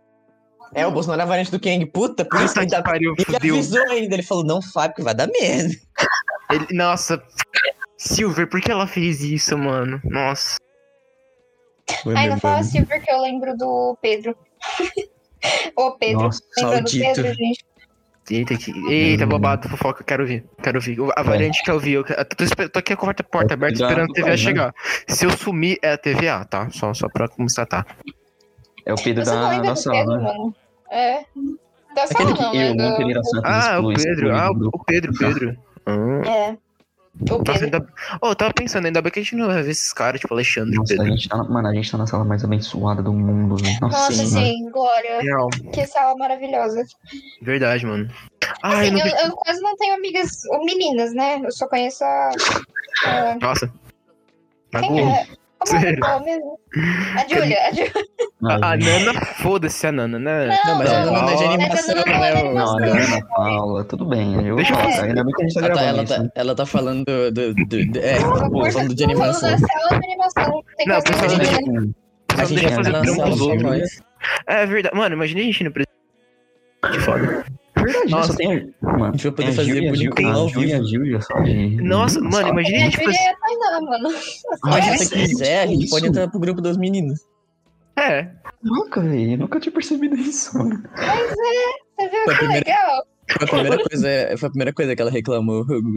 o Bolsonaro é a variante do Kang. Puta, por isso Puta que que pariu, ele fudeu. avisou ainda. Ele falou, não, Fábio, que vai dar merda. Nossa, Silver, por que ela fez isso, mano? Nossa. Ai, não fala Silver que eu lembro do Pedro. Ô, Pedro. Nossa, Lembra do maldito. Pedro, gente? Eita, babado, fofoca, quero ver. A variante que eu vi, tô aqui com a porta aberta esperando a TVA chegar. Se eu sumir, é a TVA, tá? Só pra constatar. É o Pedro Você não da lembra do sala, Pedro, né? mano? É. Da Aquele sala que não, eu, né? Monteiro Santos, Ah, o Pedro, excluído. o Pedro. É. O Nossa, Pedro. eu tava pensando, ainda bem que a gente não vai ver esses caras, tipo Alexandre, Nossa, Pedro. a gente tá na sala mais abençoada do mundo, velho. Nossa, Senhora. sim, Glória. Real, Que sala maravilhosa. verdade, mano. Ah, Assim, eu não vi... eu quase não tenho amigas meninas, né? Eu só conheço a Nossa. quem Magoou. é? Como é Sério? que fala mesmo? A Júlia. A Nana, foda-se a Nana, né? Não, mas a Nana não é de Paula. animação, Mas a Nana né? não é de Não, a animação. Ana, Paula, tudo bem. Eu Deixa eu falo, fazer. ainda bem que a gente tá gravando isso. Né? Ela tá falando falando de Tô animação. falando da sala de animação. Não tem Não, quase pessoal, nenhuma deixa- menina. A gente deixa vai eu fazer ficar na trampo sala dos só outros. nós. É verdade. Mano, imagina a gente no presidente. Que foda. Verdade, Nossa. só tem... Mano, A gente vai poder tem a fazer Júlia, bullying com ela ao Júlia, vivo. Júlia, só de... Nossa, mano, imagina a A gente Júlia fazer. e a Tainá, mano. Mas Ai, se você quiser, a gente pode entrar pro grupo das meninas. É. Nunca, velho. Nunca tinha percebido isso, mano. Você viu Foi a que primeira- legal? Foi a primeira coisa que ela reclamou. Mano,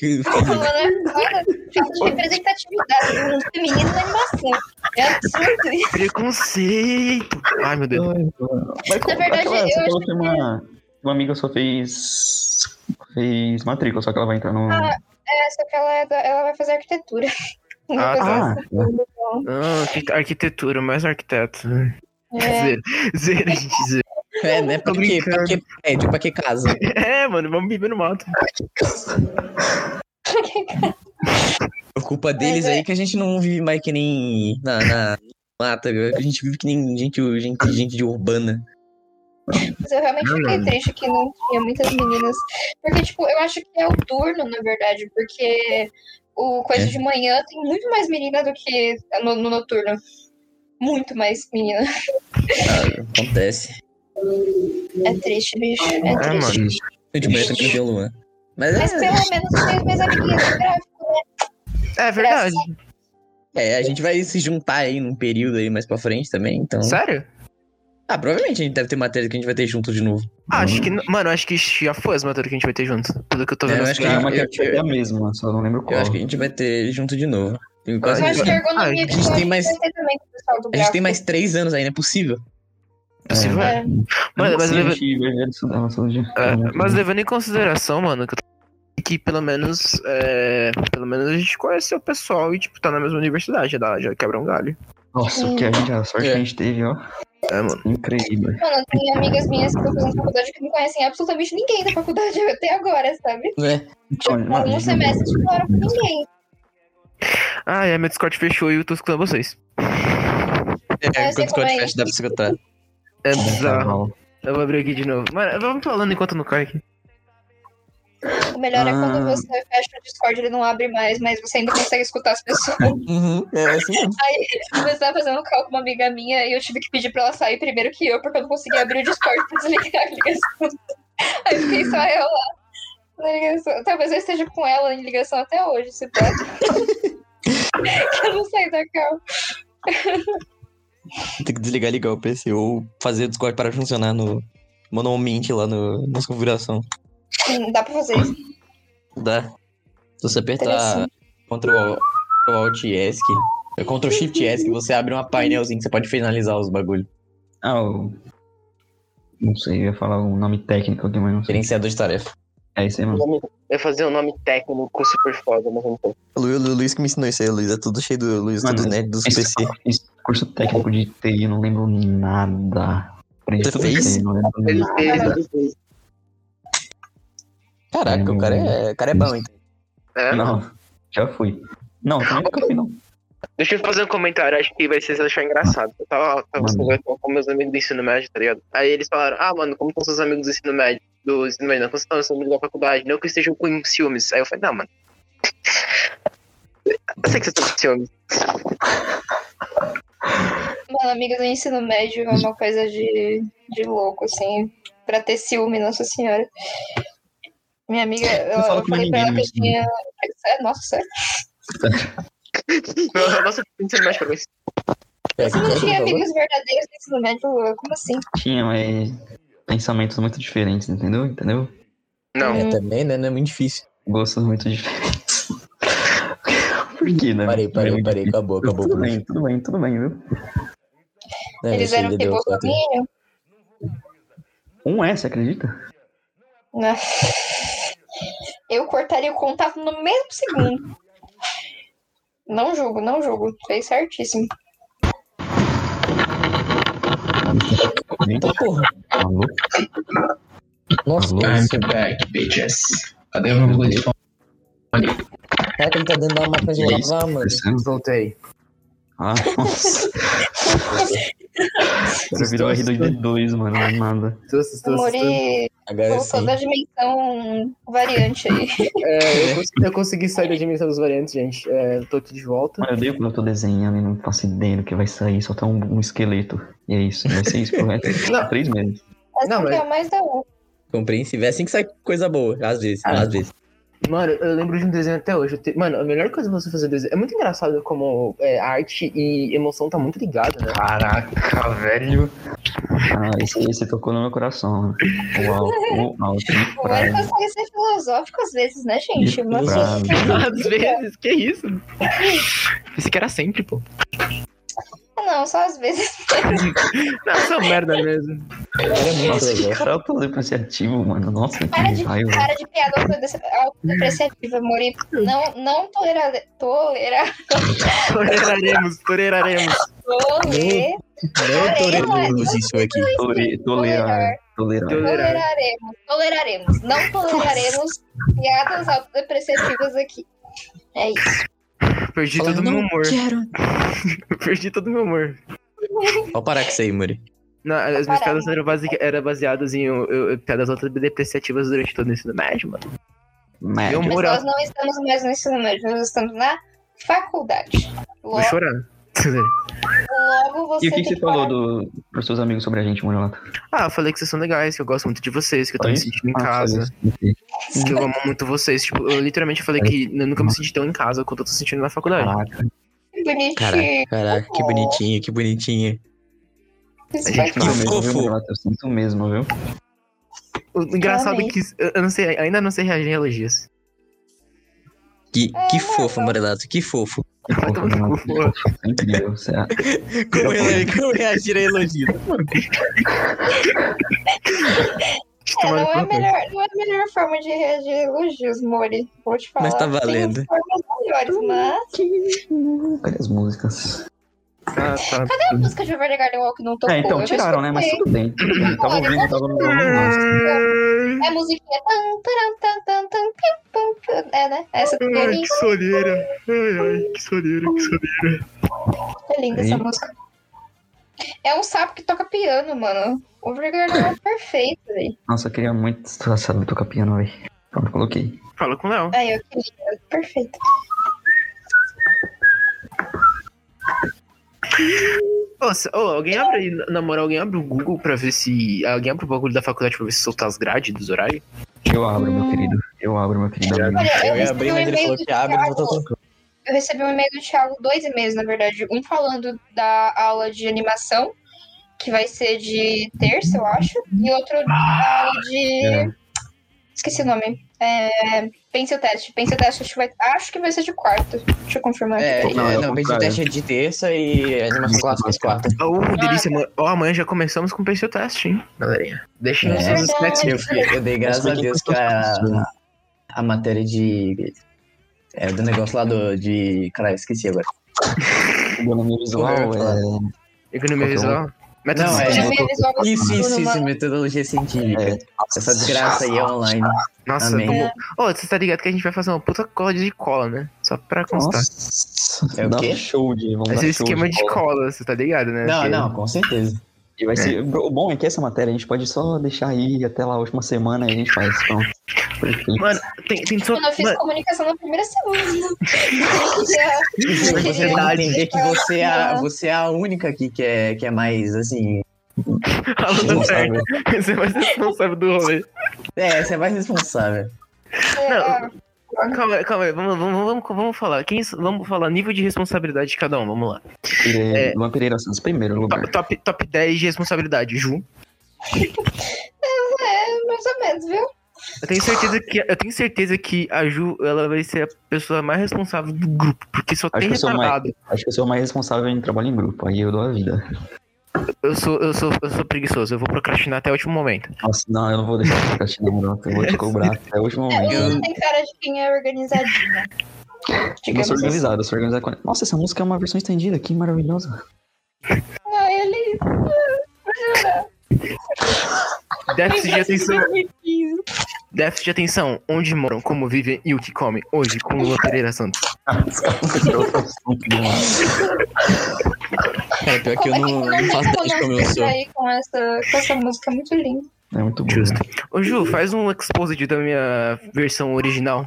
olha, falta de representatividade do mundo feminino na animação. É absurdo isso. Preconceito. Ai, meu Deus. Mas Na verdade, você eu falou acho que uma amiga sua fez matrícula, só que ela vai entrar no... Só que ela vai fazer arquitetura. Ah, Ah, arquitetura, mais arquiteto. É. Zero, gente, zero. né? Pra Tô quê? brincando. Pra que casa? É, mano, vamos viver no mato. Por culpa deles aí que a gente não vive mais que nem na mata, que a gente vive que nem gente de urbana. Mas eu realmente Não, fiquei mano. triste que não tinha muitas meninas. Porque, tipo, eu acho que é o turno, na verdade. Porque o coisa de manhã tem muito mais menina do que no noturno. Muito mais menina. Acontece. É triste, bicho. É triste. mano. De manhã também tem lua. Mas Mas pelo menos eu tenho minhas amiguinhas do gráfico. É verdade. a gente vai se juntar aí num período aí mais pra frente também, então... Sério? Provavelmente a gente deve ter matéria que a gente vai ter junto de novo. Acho que. Mano, acho que já foi as matérias que a gente vai ter junto. Pelo que eu tô vendo. Eu as acho que coisas. uma que é a mesma, só não lembro qual. Eu acho que a gente vai ter junto de novo. Tenho Eu quase acho que certeza. ergonomia a que gente tem mais- vai ter também com o pessoal do A gráfico. gente tem mais 3 anos aí, não é possível? Possível, é. Mas Mas levando em consideração, mano, que pelo menos a gente conheceu o pessoal e, tipo, tá na mesma universidade, já quebra um galho. Nossa, o que a sorte que a gente teve, ó. É, mano. Incrível. Mano, tem amigas minhas que estão fazendo faculdade que não conhecem absolutamente ninguém da faculdade até agora, sabe? Né? Então, Um semestre não falaram com ninguém. Meu Discord fechou e eu tô escutando vocês. sei Quando como é Discord fecha, dá pra escutar. É bizarro. Eu vou abrir aqui de novo. Mano, vamos falando enquanto não cai aqui. O melhor é quando você fecha o Discord, ele não abre mais, mas você ainda consegue escutar as pessoas. É assim mesmo. Aí você tava fazendo um call com uma amiga minha e eu tive que pedir pra ela sair primeiro que eu, porque eu não conseguia abrir o Discord pra desligar a ligação. Aí eu fiquei só eu lá na ligação. Talvez eu esteja com ela em ligação até hoje, se pode. Eu não saí da call. Tem que desligar e ligar o PC ou fazer o Discord para funcionar no manualmente lá nas configuração. Sim, dá pra fazer isso. Dá. Se você apertar Interessante. Ctrl Alt ESC, Ctrl Shift ESC, você abre uma painelzinha que você pode finalizar os bagulho. Não sei, eu ia falar um nome técnico aqui, mas não sei. Gerenciador de tarefa. É isso aí, mano. Eu ia fazer um nome técnico super foda, mas não tô. O Luiz que me ensinou isso aí, Luiz. É tudo cheio do Luiz, Mano, tudo net, dos esse PC. curso técnico de TI, eu não lembro nada. Aprendi Você tudo fez? isso aí, não lembro nada. Caraca, o cara é bom, então. É, Não, já fui. Não, também nunca fui, não. Deixa eu fazer um comentário, acho que vai ser se achar engraçado. Eu tava com meus amigos do ensino médio, tá ligado? Aí eles falaram, mano, como estão seus amigos do ensino médio? Não, como estão seus amigos da faculdade? Não que estejam com ciúmes. Aí eu falei, não, mano. Eu sei que vocês estão com ciúmes. Mano, amigos do ensino médio é uma coisa de louco, assim. Pra ter ciúme, nossa senhora. Minha amiga, eu falei pra ela que eu tinha... Nossa, sério? Nossa, ensino médio pra isso. Você não tinha amigos verdadeiros no ensino médio? Como assim? Tinha, mas pensamentos muito diferentes, entendeu? Não. Também, né? Não é muito difícil. Gostos muito diferentes. Por que, né? Parei. Acabou. Tudo bem, viu? Não, Eles eram que bolsominion? Você acredita? Eu cortaria o contato no mesmo segundo. Não julgo. Fez certíssimo. Eita porra. Alô? Nossa, I'm back, bitches. Cadê o meu bagulho de fone? Caraca, ele tá dentro da máquina de lavar, mano. Voltei. Nossa. Agora virou R2D2, mano, não é nada. O Mori voltou da dimensão variante aí. Eu consegui sair da dimensão dos variantes, gente. Eu tô aqui de volta. Eu odeio quando eu tô desenhando e não faço ideia do que vai sair, só tá um esqueleto. E é isso, vai ser isso por 3 meses. Não, mas é mais da hora. Compreensível. É assim que sai coisa boa, às vezes. Mano, eu lembro de um desenho até hoje. Mano, a melhor coisa pra você fazer desenho... É muito engraçado como arte e emoção tá muito ligada, né? Caraca, velho. Esse tocou no meu coração. Uau. O Mori consegue ser filosófico às vezes, né, gente? Mas... Às vezes, que isso? Pensei que era sempre, pô. Não, só às vezes. Não, isso é uma merda mesmo. Nossa, que cara autodepreciativo, mano. Nossa, que raiva. Cara de piada autodepreciativa, Mori. Não toleraremos. Toleraremos. Toleraremos isso aqui. Toleraremos. Não toleraremos piadas autodepreciativas aqui. É isso. Perdi todo o meu humor. Perdi todo o meu humor. Pode parar com isso aí, Muri. Não, as minhas piadas eram baseadas em piadas autodepreciativas durante todo o ensino médio, mano. Mas nós não estamos mais no ensino médio, nós estamos na faculdade. Vou chorar. Logo você. E o que você falou pros seus amigos sobre a gente, Murilo? Eu falei que vocês são legais, que eu gosto muito de vocês, que eu tô me sentindo em casa. Que eu amo muito vocês. Tipo, eu literalmente falei que eu nunca me senti tão em casa quanto eu tô sentindo na faculdade. Caraca. Que bonitinho. Caraca, que bonitinho. A gente não mesmo, viu, Murilo? Eu sinto mesmo, viu? O engraçado é que eu não sei, ainda não sei reagir em elogios. Que fofo, Morelato, que fofo. Incrível, certo. Como reagir a elogio? Não é a melhor forma de reagir a elogios, Mori. Vou te falar. Mas tá valendo. Tem formas melhores, mas... Cadê as músicas? Tá. Cadê a música de Overgarden Wall que não tocou? Então, tiraram, né? Mas tudo bem. Tava ouvindo, tava no É a musiquinha. É, né? Essa Que soleira. Ai, que soleira. É linda essa música. É um sapo que toca piano, mano. O Overgarden Wall é perfeito, velho. Nossa, eu queria muito saber tocar piano, velho. Pronto, coloquei. Fala com o Léo. Aí, eu queria. Perfeito. Alguém abre aí, na moral, alguém abre o Google pra ver se... Alguém abre o bagulho da faculdade pra ver se soltar as grades dos horários? Eu abro, meu querido. Olha, eu recebi um e-mail do Thiago. Eu recebi um e-mail do Thiago, 2 e-mails, na verdade. Um falando da aula de animação, que vai ser de terça, eu acho. E outro da aula de... Esqueci o nome. Pencil Test. Pencil Test acho que vai ser de quarta. Deixa eu confirmar aqui. Não, Pencil Test é de terça e animação clássica de quarta. Delícia, mano. Amanhã já começamos com o Pencil Test, hein, galerinha. Deixem os snacks. Eu dei graças a Deus que a matéria de... do negócio lá de... Caralho, esqueci agora. Economia visual, Economia visual? Método Não, Já científico. vi a visual do Isso, Bruno, mano. metodologia científica. É. Essa desgraça aí é online. Nossa, Amém. vamos... Ô, você tá ligado que a gente vai fazer uma puta cola de cola, né? Só pra constar. Nossa, É o dá quê? show de. Vamos Esse dar esquema show de cola, você tá ligado, né? Não, Que- não, com certeza. E vai ser. O bom é que essa matéria a gente pode só deixar aí até lá a última semana e a gente faz. Pronto. Perfeito. Mano, tem só... Mano, eu fiz Mano, comunicação na primeira semana. Você tem que Verdade. entender que você é a única aqui que é mais, assim... a luta certa. Você é mais responsável do rolê. Você é mais responsável. Calma aí, vamos falar. Vamos falar nível de responsabilidade de cada um, vamos lá. Luan Pereira Santos, primeiro lugar. Top 10 de responsabilidade, Ju. Mais ou menos, viu? Eu tenho certeza que a Ju, ela vai ser a pessoa mais responsável do grupo, porque só tem Acho que retardado. eu sou mais responsável em trabalho em grupo, aí eu dou a vida. Eu sou preguiçoso, eu vou procrastinar até o último momento. Nossa, não, eu não vou deixar pra castigar, não. Eu vou te cobrar até o último O momento. Lula tem cara de quem é organizadinho. Eu sou organizado, eu sou organizado. Nossa, essa música é uma versão estendida, que maravilhosa. Não, ele... Déficit de atenção. Déficit de atenção. Onde moram, como vivem e o que comem. Hoje, com o Lua Pereira Santos. Cara, pior que eu não faço ideia de como eu sou. Com essa música muito linda. É muito bom. Justo. Né? Ô Ju, faz um exposed da minha versão original.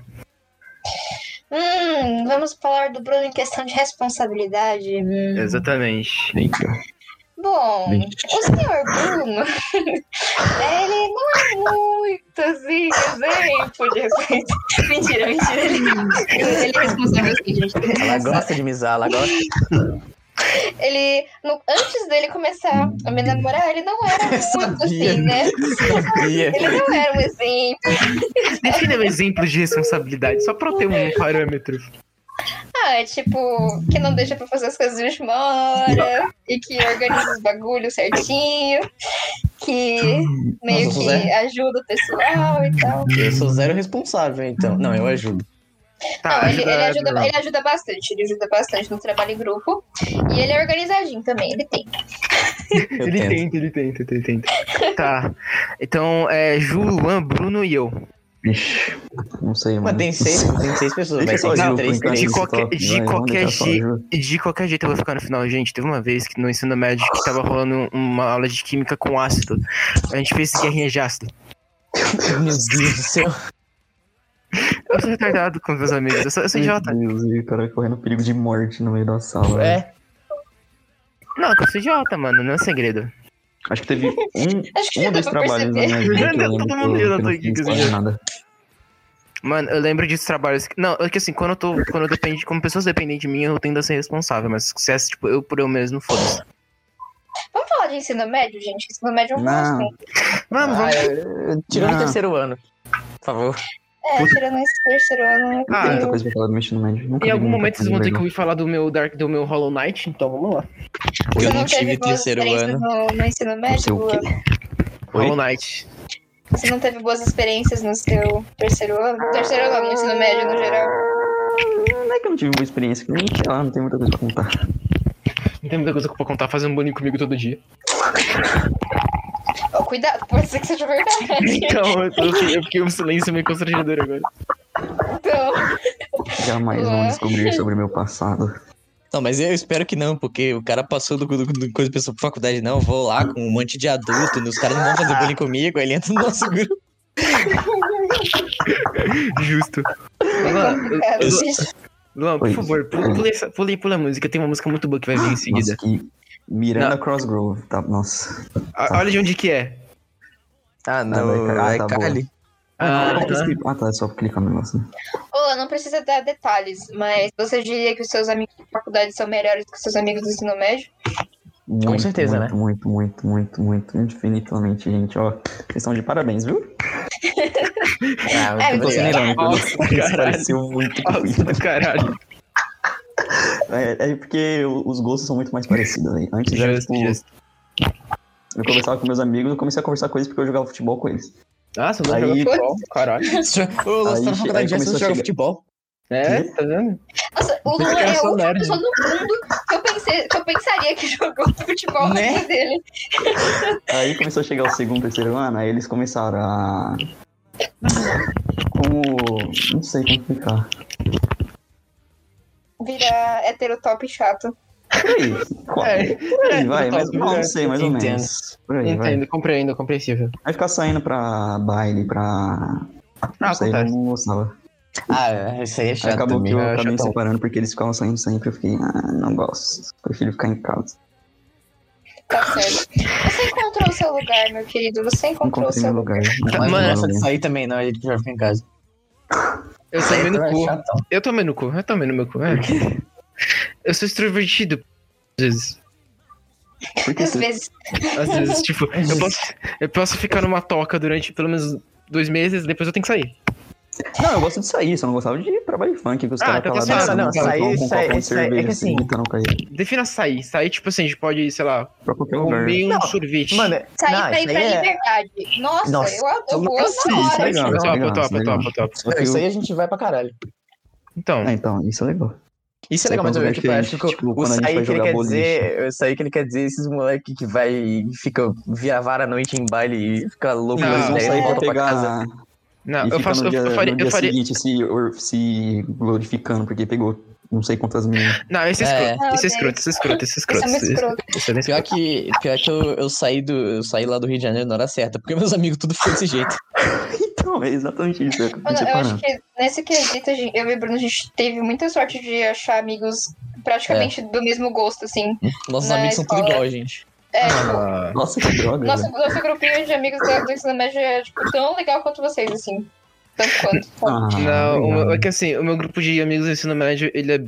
Vamos falar do Bruno em questão de responsabilidade. Exatamente. Bom, o senhor Bruno, ele não é muito assim, exemplo de respeito. Mentira. Ele é responsável sim, gente. Ela gosta de misar, ela gosta. Ele, antes dele começar a me namorar, ele não era muito Sabia. assim, né? Sabia. Ele não era um exemplo. Defina um exemplo de responsabilidade, só pra eu ter um parâmetro. É tipo, que não deixa pra fazer as coisas de última hora, e que organiza os bagulhos certinho, que meio Nossa, que Zé. ajuda o pessoal e tal. Eu sou zero responsável, então. Não, eu ajudo. Tá, Não, ele ajuda bastante no trabalho em grupo. E ele é organizadinho também, ele tem. Eu Ele tento. tenta. Tá. Então, Ju, Luan, Bruno e eu. Ixi, não sei, mano. Mas tem seis pessoas, vai Deixa ter só que Ju, ser por enquanto. De qualquer jeito eu vou ficar no final, gente. Teve uma vez que no ensino médio que tava rolando uma aula de química com ácido. A gente fez guerrinha de ácido. Meu Deus do céu. Eu sou retardado com meus amigos, eu sou idiota. Meu Deus, e o cara correndo perigo de morte no meio da sala. É. Não, eu sou idiota, mano, não é segredo. Acho que teve Acho que um já ou dá dois pra trabalhos na perceber. minha vida que eu Todo lembro mundo que já eu notou não aqui que fiz eu quase já- nada. Mano, eu lembro de trabalhos. Não, é que assim, quando depende, como pessoas dependem de mim, eu tendo a ser responsável, mas se é tipo, eu por eu mesmo, foda-se. Vamos falar de ensino médio, gente? Ensino médio é um bom Não. assunto. Vamos. Tirando o Não. terceiro ano. Por favor. Tirando esse terceiro ano. Ah, Tem muita eu- coisa pra falar do meu ensino médio. Nunca Em vi algum muita momento vocês coisa vão ter que legal. ouvir falar do meu Hollow Knight, então vamos lá. Eu não teve tive boas terceiro experiências ano. no ensino Não médio? sei o quê. Luan? Oi? Hollow Knight. Você não teve boas experiências no seu terceiro ano? Terceiro ano, no ensino médio no geral. Não é que eu não tive boa experiência, que nem sei lá, não tem muita coisa pra contar. Não tem muita coisa pra contar, fazendo bullying comigo todo dia. Ó, cuidado, pode ser que seja verdade. Então, eu fiquei um silêncio meio constrangedor agora. Então, Jamais vão descobrir sobre o meu passado. Não, mas eu espero que não, porque o cara passou do coisa pessoa pra faculdade, não. Vou lá com um monte de adulto, os caras não vão fazer bullying comigo, aí ele entra no nosso grupo. Justo. Luan, cara, Luan, por Oi. favor, pula a música. Tem uma música muito boa que vai vir em seguida. Nossa, que Miranda Crossgrove, tá? Nossa. Olha de onde que é. Ah, não, Ah, é tá bom. Kali. Tá, é só clicar no negócio. Né? Ô, não precisa dar detalhes, mas você diria que os seus amigos de faculdade são melhores que os seus amigos do ensino médio? Muito, certeza, muito, né? muito, infinitamente, gente, ó. Vocês estão de parabéns, viu? Ah, É, muito Tô sem obrigado. irônico, Nossa, isso caralho. pareceu muito comigo. Nossa, caralho. É porque os gostos são muito mais parecidos, né? Antes era tipo. Eu conversava com meus amigos, eu comecei a conversar com eles porque eu jogava futebol com eles. Ah, você não Aí- joga futebol? Caralho. Ô, você tá na faculdade, já começou você a joga chegar- futebol? Tá vendo? Nossa, o Pensei Luan que era é a só última nerd. pessoa no mundo que eu pensaria que jogou futebol na Né? vida dele. Aí começou a chegar o segundo, terceiro ano, aí eles começaram a... Não sei como explicar. Vira heterotop chato. Por aí. Por aí, vai, mas não sei, mais ou Entendo. menos. Por aí, vai. Entendo, compreendo, compreensível. Vai ficar saindo pra baile, pra... Não sei, acontece. não gostava. Isso aí é Aí chato acabou também. que eu É acabei me chatão. separando porque eles ficavam saindo sempre. Eu fiquei, não gosto. Prefiro ficar em casa. Tá certo. Você encontrou o seu lugar, meu querido. Você encontrou o Encontrei seu meu lugar. lugar. Mas Mano, não gosta de sair também, não. A gente já fica em casa. Eu Sair tomei no é cu. chatão. Eu tomei no cu, eu tomei no meu cu. Eu sou extrovertido, às vezes. Porque Às vezes. Às vezes, tipo, eu posso ficar numa toca durante pelo menos 2 meses, depois eu tenho que sair. Não, eu gosto de sair, só não gostava de ir pra baile funk, que os caras tá tá lá certo. dançando, Não, com um sair, copo de é cerveja, que assim- gritando com ele. Defina sair. Sair, tipo assim, a gente pode, sei lá, Pra qualquer lugar. comer um Não, sorvete. Mano, Sair não, pra ir isso pra aí é... liberdade. Nossa, Nossa, eu vou Sim, na isso é hora. legal, Eu isso é legal, topo, isso é legal. eu topo. Só que Isso eu- aí a gente vai pra caralho. Então, Então, isso é legal. Isso é legal, mas eu lugar tipo, acho diferente, que tipo, o quando a gente sair vai que ele jogar quer boliche. dizer, o sair que ele quer dizer, esses moleque que vai e fica via vara à noite em baile e fica louco Não, das Eles vão ideias, sair pra volta pra casa. pegar não, e eu fica faço, no dia, eu faria, no dia eu faria, seguinte se glorificando porque pegou não sei quantas meninas. não, esse é É. escroto, esse é escroto, esse é escroto, esse é escroto. Isso é muito escroto. Esse é bem Pior escroto. que eu saí lá do Rio de Janeiro na hora certa, porque meus amigos tudo ficou desse jeito. Então, é exatamente isso. Mano, eu acho que nesse quesito, eu e o Bruno, a gente teve muita sorte de achar amigos praticamente do mesmo gosto, assim. Nossos Na amigos são tudo escola. igual, gente. É, tipo, Ah, Nossa, que droga. nosso velho. grupinho de amigos do ensino médio é, tipo, tão legal quanto vocês, assim. Tanto quanto. não, obrigado. é que assim, o meu grupo de amigos do ensino médio, ele é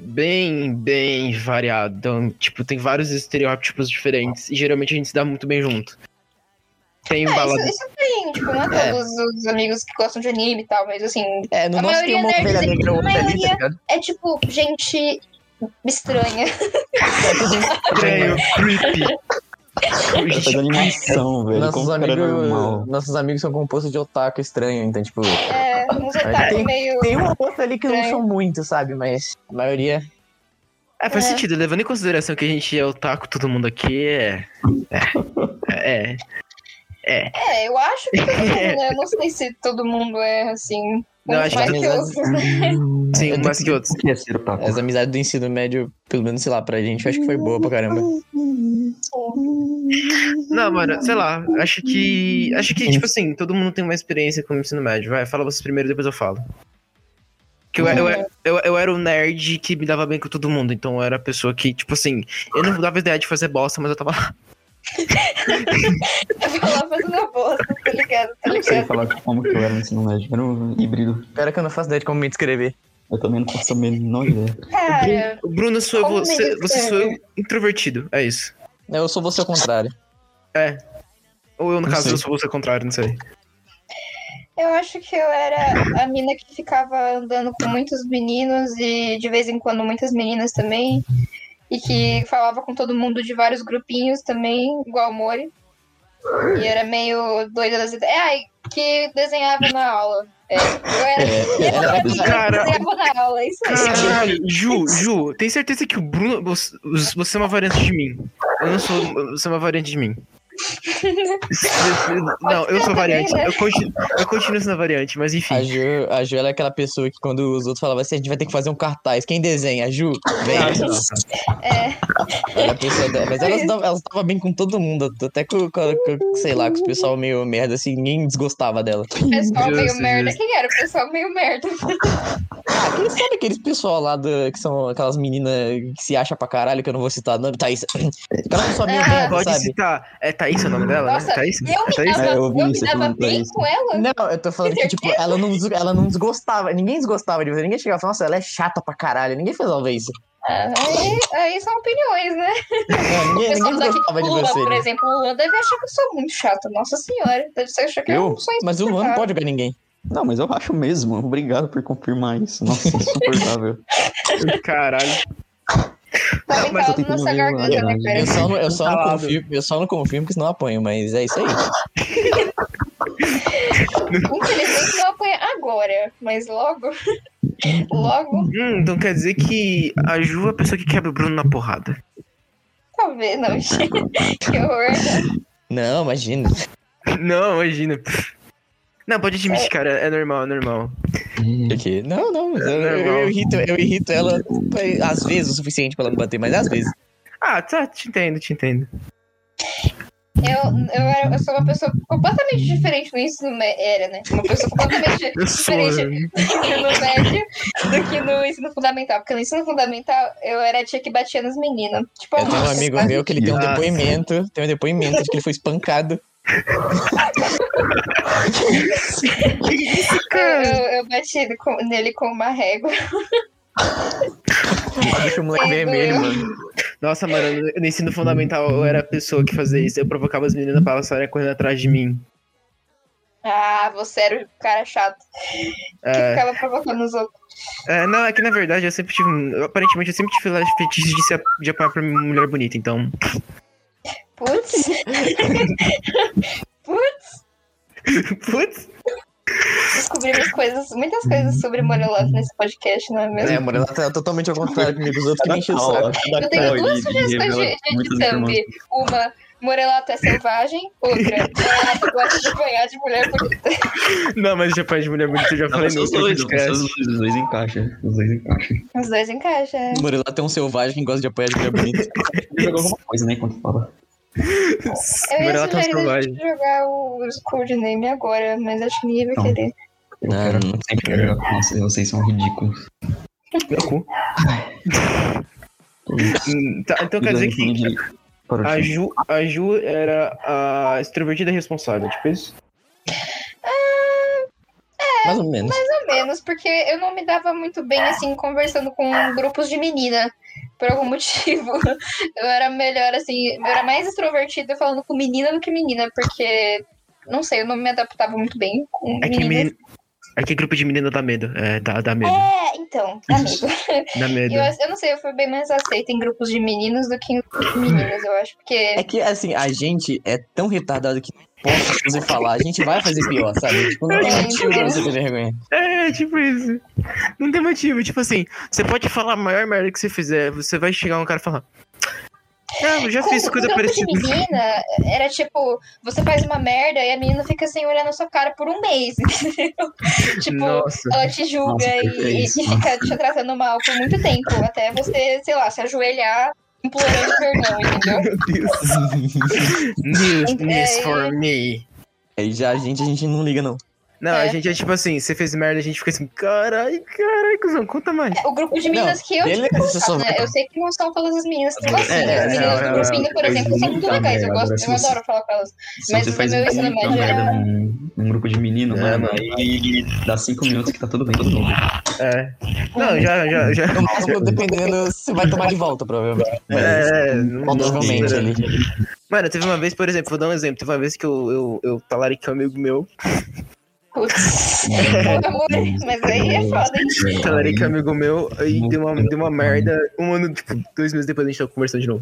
bem variado. Então, tipo, tem vários estereótipos diferentes. E geralmente a gente se dá muito bem junto. Tem balada. Isso tem, tipo, não é todos os amigos que gostam de anime e tal, mas assim, No a nosso tem maioria uma ovelha nerds, negra a outra ali, tá maioria ligado? é tipo gente estranha. Estranho, creepy. Essa de animação, velho. Nossos Como cara normal. amigos são compostos de otaku estranho, então, tipo... É, uns otaku meio. Tem uma outra ali que não Estranho. são muito, sabe? Mas a maioria... Faz sentido, levando em consideração que a gente é otaku, todo mundo aqui É, eu acho que todo mundo, né? Eu não sei se todo mundo é assim. Não, uns acho mais que que outros, né? Sim, Eu mais que outros. O que é ser otaku? As amizades do ensino médio, pelo menos, sei lá, pra gente, eu acho que foi boa pra caramba. Não, mano, sei lá, acho que, tipo assim, todo mundo tem uma experiência com o ensino médio. Vai, fala vocês primeiro, depois eu falo. Que eu era o nerd que me dava bem com todo mundo, então eu era a pessoa que, tipo assim, eu não dava ideia de fazer bosta, mas eu tava lá. Eu vou lá fazendo a bosta, tá ligado? Tá Eu não sei ligado? falar como que eu era no ensino médio. Era um híbrido. Espera que eu não faço ideia de como me descrever. Eu também não faço a menor ideia. Cara, O Bruno sou Como você, me você sou descreve? introvertido, é isso. Eu sou você ao contrário. Ou eu, no Não caso, sei. eu sou você ao contrário, não sei. eu acho que eu era a mina que ficava andando com muitos meninos e de vez em quando muitas meninas também. E que falava com todo mundo de vários grupinhos também, igual o Mori. E era meio doida das ideias. Ai, que desenhava na aula. Eu era a mina que Cara. desenhava na aula, é isso aí. Caralho, Ju, tem certeza que o Bruno, você é uma variante de mim. Eu não sou, você é uma variante de mim. Não, eu sou variante. né? Eu continuo sendo a variante, mas enfim. A Ju ela é aquela pessoa que quando os outros falavam assim, a gente vai ter que fazer um cartaz. Quem desenha? A Ju? Vem. Ela é a pessoa dela. Mas elas estavam bem com todo mundo. Até com, sei lá, com os pessoal meio merda, assim, ninguém desgostava dela. Pessoal meio Justo, merda. justo. Quem era o pessoal meio merda? Sabe aqueles pessoal lá que são aquelas meninas que se acham pra caralho, que eu não vou citar nome, Thaís. Aquela pessoa meio merda, Pode sabe? citar. É Thaís o nome dela, Nossa, né? Thaís? eu É me Thaís? dava, eu vi eu me você dava falando pra bem isso. com ela. Não, eu tô falando que, tipo, ela não desgostava. Ninguém desgostava de você. Ninguém chegava e falava, nossa, ela é chata pra caralho. Ninguém falava isso. Aí são opiniões, né? Não, O ninguém pessoal daqui, desgostava de Luan, você. por exemplo, o Luan deve achar que eu sou muito chata. Nossa senhora, deve achar que eu sou Mas o Luan não insuportável. pode jogar ninguém. Não, mas eu acho mesmo. Obrigado por confirmar isso. Nossa, insuportável. Caralho. Tá Não, mas eu entalado tento nessa ver garganta, lá, né, cara? Eu só não confirmo, porque senão eu apanho, mas é isso aí. Infelizmente não apanha agora, mas logo. Logo, Então quer dizer que a Ju é a pessoa que quebra o Bruno na porrada. talvez, não. Que horror. Não, imagina. Não, imagina. Não, pode admitir, cara, é normal, é normal. Porque, não, mas eu irrito ela às vezes o suficiente pra ela me bater, mas às vezes. Ah, tá, te entendo. Eu sou uma pessoa completamente diferente no ensino médio. Era, né? Uma pessoa completamente Eu sou. diferente no ensino médio do que no ensino fundamental. Porque no ensino fundamental eu era a tia que batia nas meninas. Tipo, Eu tenho um amigo meu que ele tem um Nossa. depoimento de que ele foi espancado. eu bati nele com uma régua. Deixa o moleque vermelho, mano. Nossa, mano, no ensino fundamental eu era a pessoa que fazia isso. Eu provocava as meninas pra elas saírem correndo atrás de mim. Ah, você era o cara chato que ficava provocando os outros. Não, é que na verdade eu sempre tive. Aparentemente eu sempre tive lá fetiche de apanhar pra mulher bonita, então. Putz. Putz! Descobrimos muitas coisas sobre Morelato nesse podcast, não é mesmo? A Morela tá totalmente ao contrário comigo. Os outros que enchem o saco. Eu tenho duas sugestões de thumb. Uma, Morelato é selvagem. Outra, Morelato gosta de apanhar de mulher bonita. Não, mas de apanhar de mulher bonita eu já falei no Os dois encaixam. Os dois encaixam. O Morela tem um selvagem que gosta de apanhar de mulher bonita. Ele jogou alguma coisa, né, enquanto fala. Eu ia Morelato é um sugerir a selvagem. gente jogar o Codename agora, mas acho que ninguém vai Não. querer. Não. Sempre quero jogar com vocês, vocês são ridículos. Meu cu. Tá, então quer dizer que a Ju era a extrovertida responsável, tipo isso? Mais ou menos. Mais ou menos, porque eu não me dava muito bem, assim, conversando com grupos de menina. Por algum motivo. Eu era melhor, assim, eu era mais extrovertida falando com menina do que menina, porque, não sei, eu não me adaptava muito bem com meninas. É que grupo de menina dá medo. Dá medo. Então, dá medo. Dá medo. Eu não sei, eu fui bem mais aceita em grupos de meninos do que em grupos de meninas, eu acho, porque... É que, assim, a gente é tão retardado que posso você falar, a gente vai fazer pior, sabe? Tipo, não tem motivo pra você ter vergonha. Tipo isso. Não tem motivo. Tipo assim, você pode falar a maior merda que você fizer, você vai chegar um cara e falar... eu já fiz coisa grupo parecida. de menina, era tipo, você faz uma merda e a menina fica sem olhar na sua cara por um mês, entendeu? Tipo, Nossa. ela te julga e fica te tratando mal por muito tempo, até você, sei lá, se ajoelhar implorando perdão, entendeu? Meu Deus. News for me. Aí já a gente não liga, não. Não, a gente é tipo assim, você fez merda, a gente fica assim, caralho, cuzão, conta mais. O grupo de meninas que eu beleza, tive você só contato, né? vai- Eu sei que não são todas as meninas que são assim. É, As meninas não, do grupinho, por exemplo, são muito legais. Eu adoro falar com elas. Se Mas você no faz meu ensino muita médio merda era... num grupo de menino, mano, aí dá 5 minutos que tá tudo bem, todo mundo. Não, já. No máximo, dependendo, você vai tomar de volta, provavelmente. Provavelmente ali. Mano, teve uma vez, por exemplo, vou dar um exemplo. Teve uma vez que eu talariquei um amigo meu. Putz, amor, mas aí é foda, hein? Talariquei um amigo meu e deu uma merda. Um ano, tipo, 2 meses depois a gente tava conversando de novo.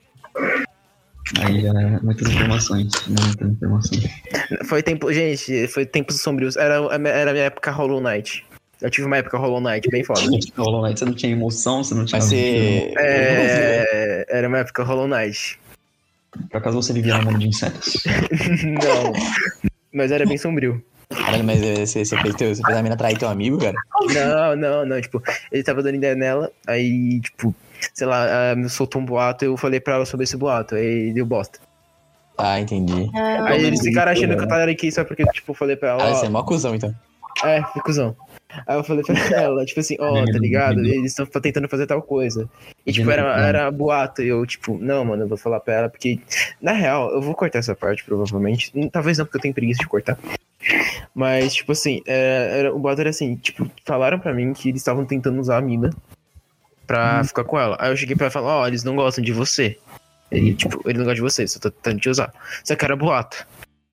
Aí já muitas informações. Foi tempo, gente, foi tempos sombrios. Era a minha época Hollow Knight. Eu tive uma época Hollow Knight bem foda. Hollow Knight, você não tinha emoção, você não tinha... Vai ser... Era uma época Hollow Knight. Por acaso você vivia no mundo de insetos? Não. Mas era bem sombrio. Caralho, mas você fez a mina trair teu amigo, cara? Não, tipo, ele tava dando ideia nela, aí, tipo, sei lá, me soltou um boato, eu falei pra ela sobre esse boato, aí deu bosta. Ah, entendi. Aí eles ficaram achando que eu talariquei só porque, tipo, eu falei pra ela, Você é mó cuzão, então. fui cuzão. Aí eu falei pra ela, tipo assim, tá ligado? Eles estão tentando fazer tal coisa. E, tipo, era boato, e eu, tipo, não, mano, eu vou falar pra ela, porque, na real, eu vou cortar essa parte, provavelmente. Talvez não, porque eu tenho preguiça de cortar. Mas, tipo assim, o boato era assim, tipo, falaram pra mim que eles estavam tentando usar a mina pra ficar com ela. Aí eu cheguei pra ela e falei, eles não gostam de você. Ele não gosta de você, só tá tentando te usar. Só que era boato.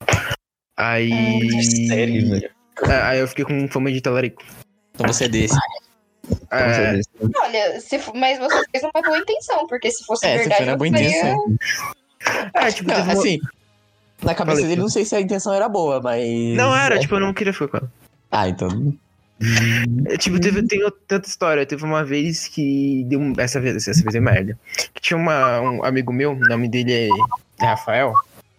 Aí... Sério, velho? Aí eu fiquei com fama de talarico. Então você é desse. Olha, mas você fez uma boa intenção, porque se fosse Você verdade, foi na boa intenção. Tipo, Não, teve uma... assim, na cabeça Falei. dele, não sei se a intenção era boa, mas... Não era, tipo, eu não queria ficar com ela. Ah, então... Tipo, tem tanta história. Teve uma vez que deu essa vez é merda. Que tinha um amigo meu, o nome dele é Rafael.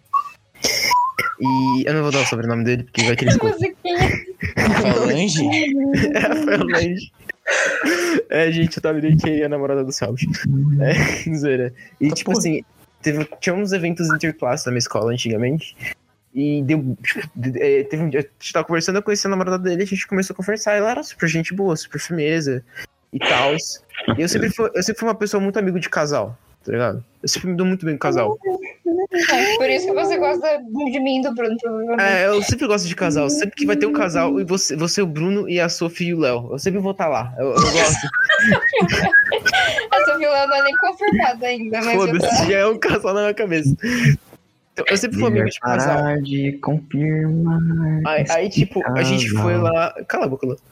E eu não vou dar o sobrenome dele, porque vai que ele escuta. Rafael Lange? É Rafael Lange. Gente, eu tava dele que é a namorada do Salve. Zoeira. E tipo assim, tinha uns eventos interclasses na minha escola antigamente. E deu. Teve um dia, a gente tava conversando, eu conheci a namorada dele, a gente começou a conversar. Ela era super gente boa, super firmeza e tal. E eu sempre fui uma pessoa muito amigo de casal, tá ligado? Eu sempre me dou muito bem com casal. Por isso que você gosta de mim e do Bruno, provavelmente. Eu sempre gosto de casal. Sempre que vai ter um casal, e você o Bruno e a Sophie e o Léo. Eu sempre vou estar lá. Eu gosto. A Sophie e o Léo não é nem confirmada ainda, mas foda-se, já é um casal na minha cabeça. Então, eu sempre fui amigo de casal. Parar de confirmar. Aí tipo, a gente foi lá. Cala a boca, Léo.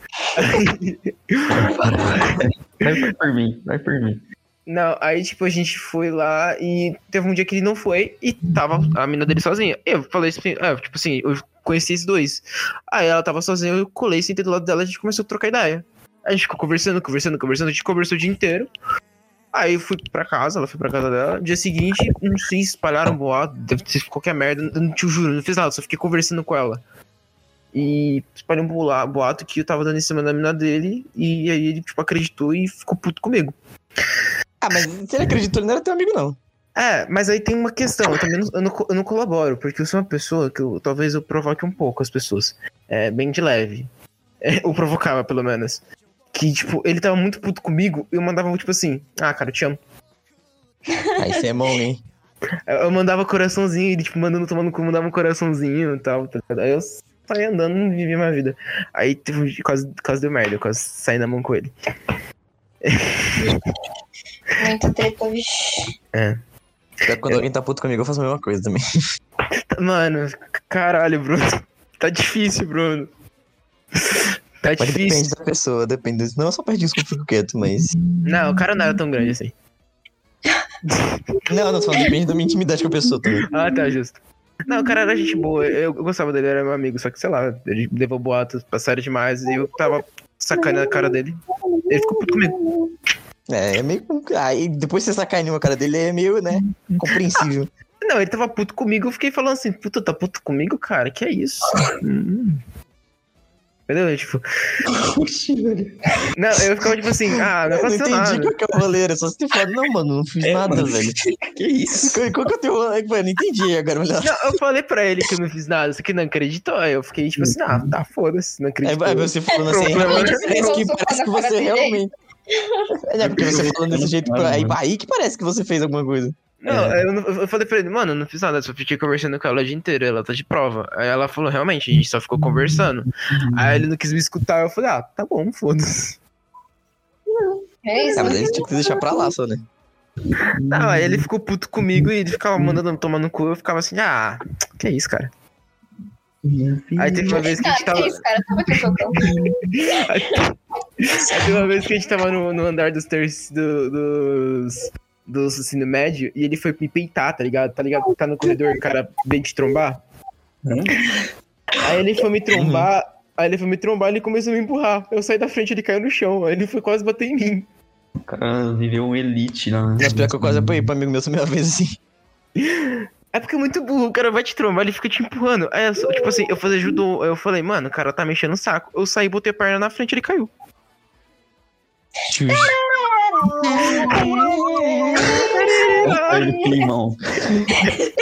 Vai por mim. Não, aí tipo, a gente foi lá e teve um dia que ele não foi e tava a mina dele sozinha. Eu falei assim, tipo assim, eu conheci esses dois. Aí ela tava sozinha, eu colei, sentei do lado dela, a gente começou a trocar ideia. Aí a gente ficou conversando, a gente conversou o dia inteiro. Aí eu fui pra casa, ela foi pra casa dela. No dia seguinte, não sei, espalharam boato, deve ter qualquer merda, eu não te juro, não fiz nada, só fiquei conversando com ela. E espalhei um boato que eu tava dando em cima da mina dele, e aí ele, tipo, acreditou e ficou puto comigo. Mas se ele acreditou, ele não era teu amigo, não. Mas aí tem uma questão, eu também não colaboro, porque eu sou uma pessoa que talvez eu provoque um pouco as pessoas. Bem de leve. Ou provocava, pelo menos. Que, tipo, ele tava muito puto comigo e eu mandava, tipo assim, cara, eu te amo. Aí você é mão, hein? Eu mandava coraçãozinho, ele, tipo, tomando cu, mandava um coraçãozinho e tal, tá ligado? Aí eu saí andando e vivia minha vida. Aí teve, quase deu merda, eu quase saí na mão com ele. Muito treta, vixi. Quando alguém tá puto comigo, eu faço a mesma coisa também. Mano, caralho, Bruno. Tá difícil, Bruno. Tá Mas difícil. depende da pessoa, depende. Não, eu só perdi isso que eu fico quieto, mas... Não, o cara não era tão grande assim. Não, só depende da minha intimidade com a pessoa também. Tá justo. Não, o cara era gente boa, eu gostava dele, era meu amigo, só que, sei lá, ele levou boatos, passaram demais, e eu tava sacaneando a cara dele. Ele ficou puto comigo. É meio... Aí depois você sacaneou a cara dele, é meio, né, compreensível. Não, ele tava puto comigo, eu fiquei falando assim, puta, tá puto comigo, cara? Que é isso? Entendeu? Tipo... Não, eu ficava tipo assim, não aconteceu nada. Eu não entendi qual que é o rolê, era só você ter falado, não, mano, não fiz nada, mano, velho. Que isso? Qual que é o teu rolê? Não entendi agora, melhor. Não, eu falei pra ele que eu não fiz nada, só que não acreditou. Aí eu fiquei tipo assim, tá, foda-se, não acreditou. Aí você falando assim, parece que você realmente... porque você falando desse jeito, aí que parece que você fez alguma coisa. Não, eu falei pra ele, mano, eu não fiz nada, só fiquei conversando com ela o dia inteiro, ela tá de prova. Aí ela falou, realmente, a gente só ficou conversando. Aí ele não quis me escutar, eu falei, tá bom, foda-se. É isso. Mas aí você tinha que deixar pra lá só, né? Não, aí ele ficou puto comigo e ele ficava mandando tomar no cu, eu ficava assim, que é isso, cara? Aí teve uma vez que a gente tava... Que isso, cara? Toma que eu sou cão. Aí teve uma vez que a gente tava no andar dos ensino médio e ele foi me peitar, tá ligado? Tá no corredor, o cara veio te trombar. Aí ele foi me trombar, ele começou a me empurrar. Eu saí da frente, ele caiu no chão, aí ele foi quase bater em mim. O cara viveu um elite lá. Mas pior que eu quase apanhei pra amigo meu essa minha vez assim. É porque é muito burro, o cara vai te trombar, ele fica te empurrando. Aí, tipo assim, eu fazia judô, eu falei, mano, o cara tá mexendo o saco. Eu saí, botei a perna na frente, ele caiu. Climão.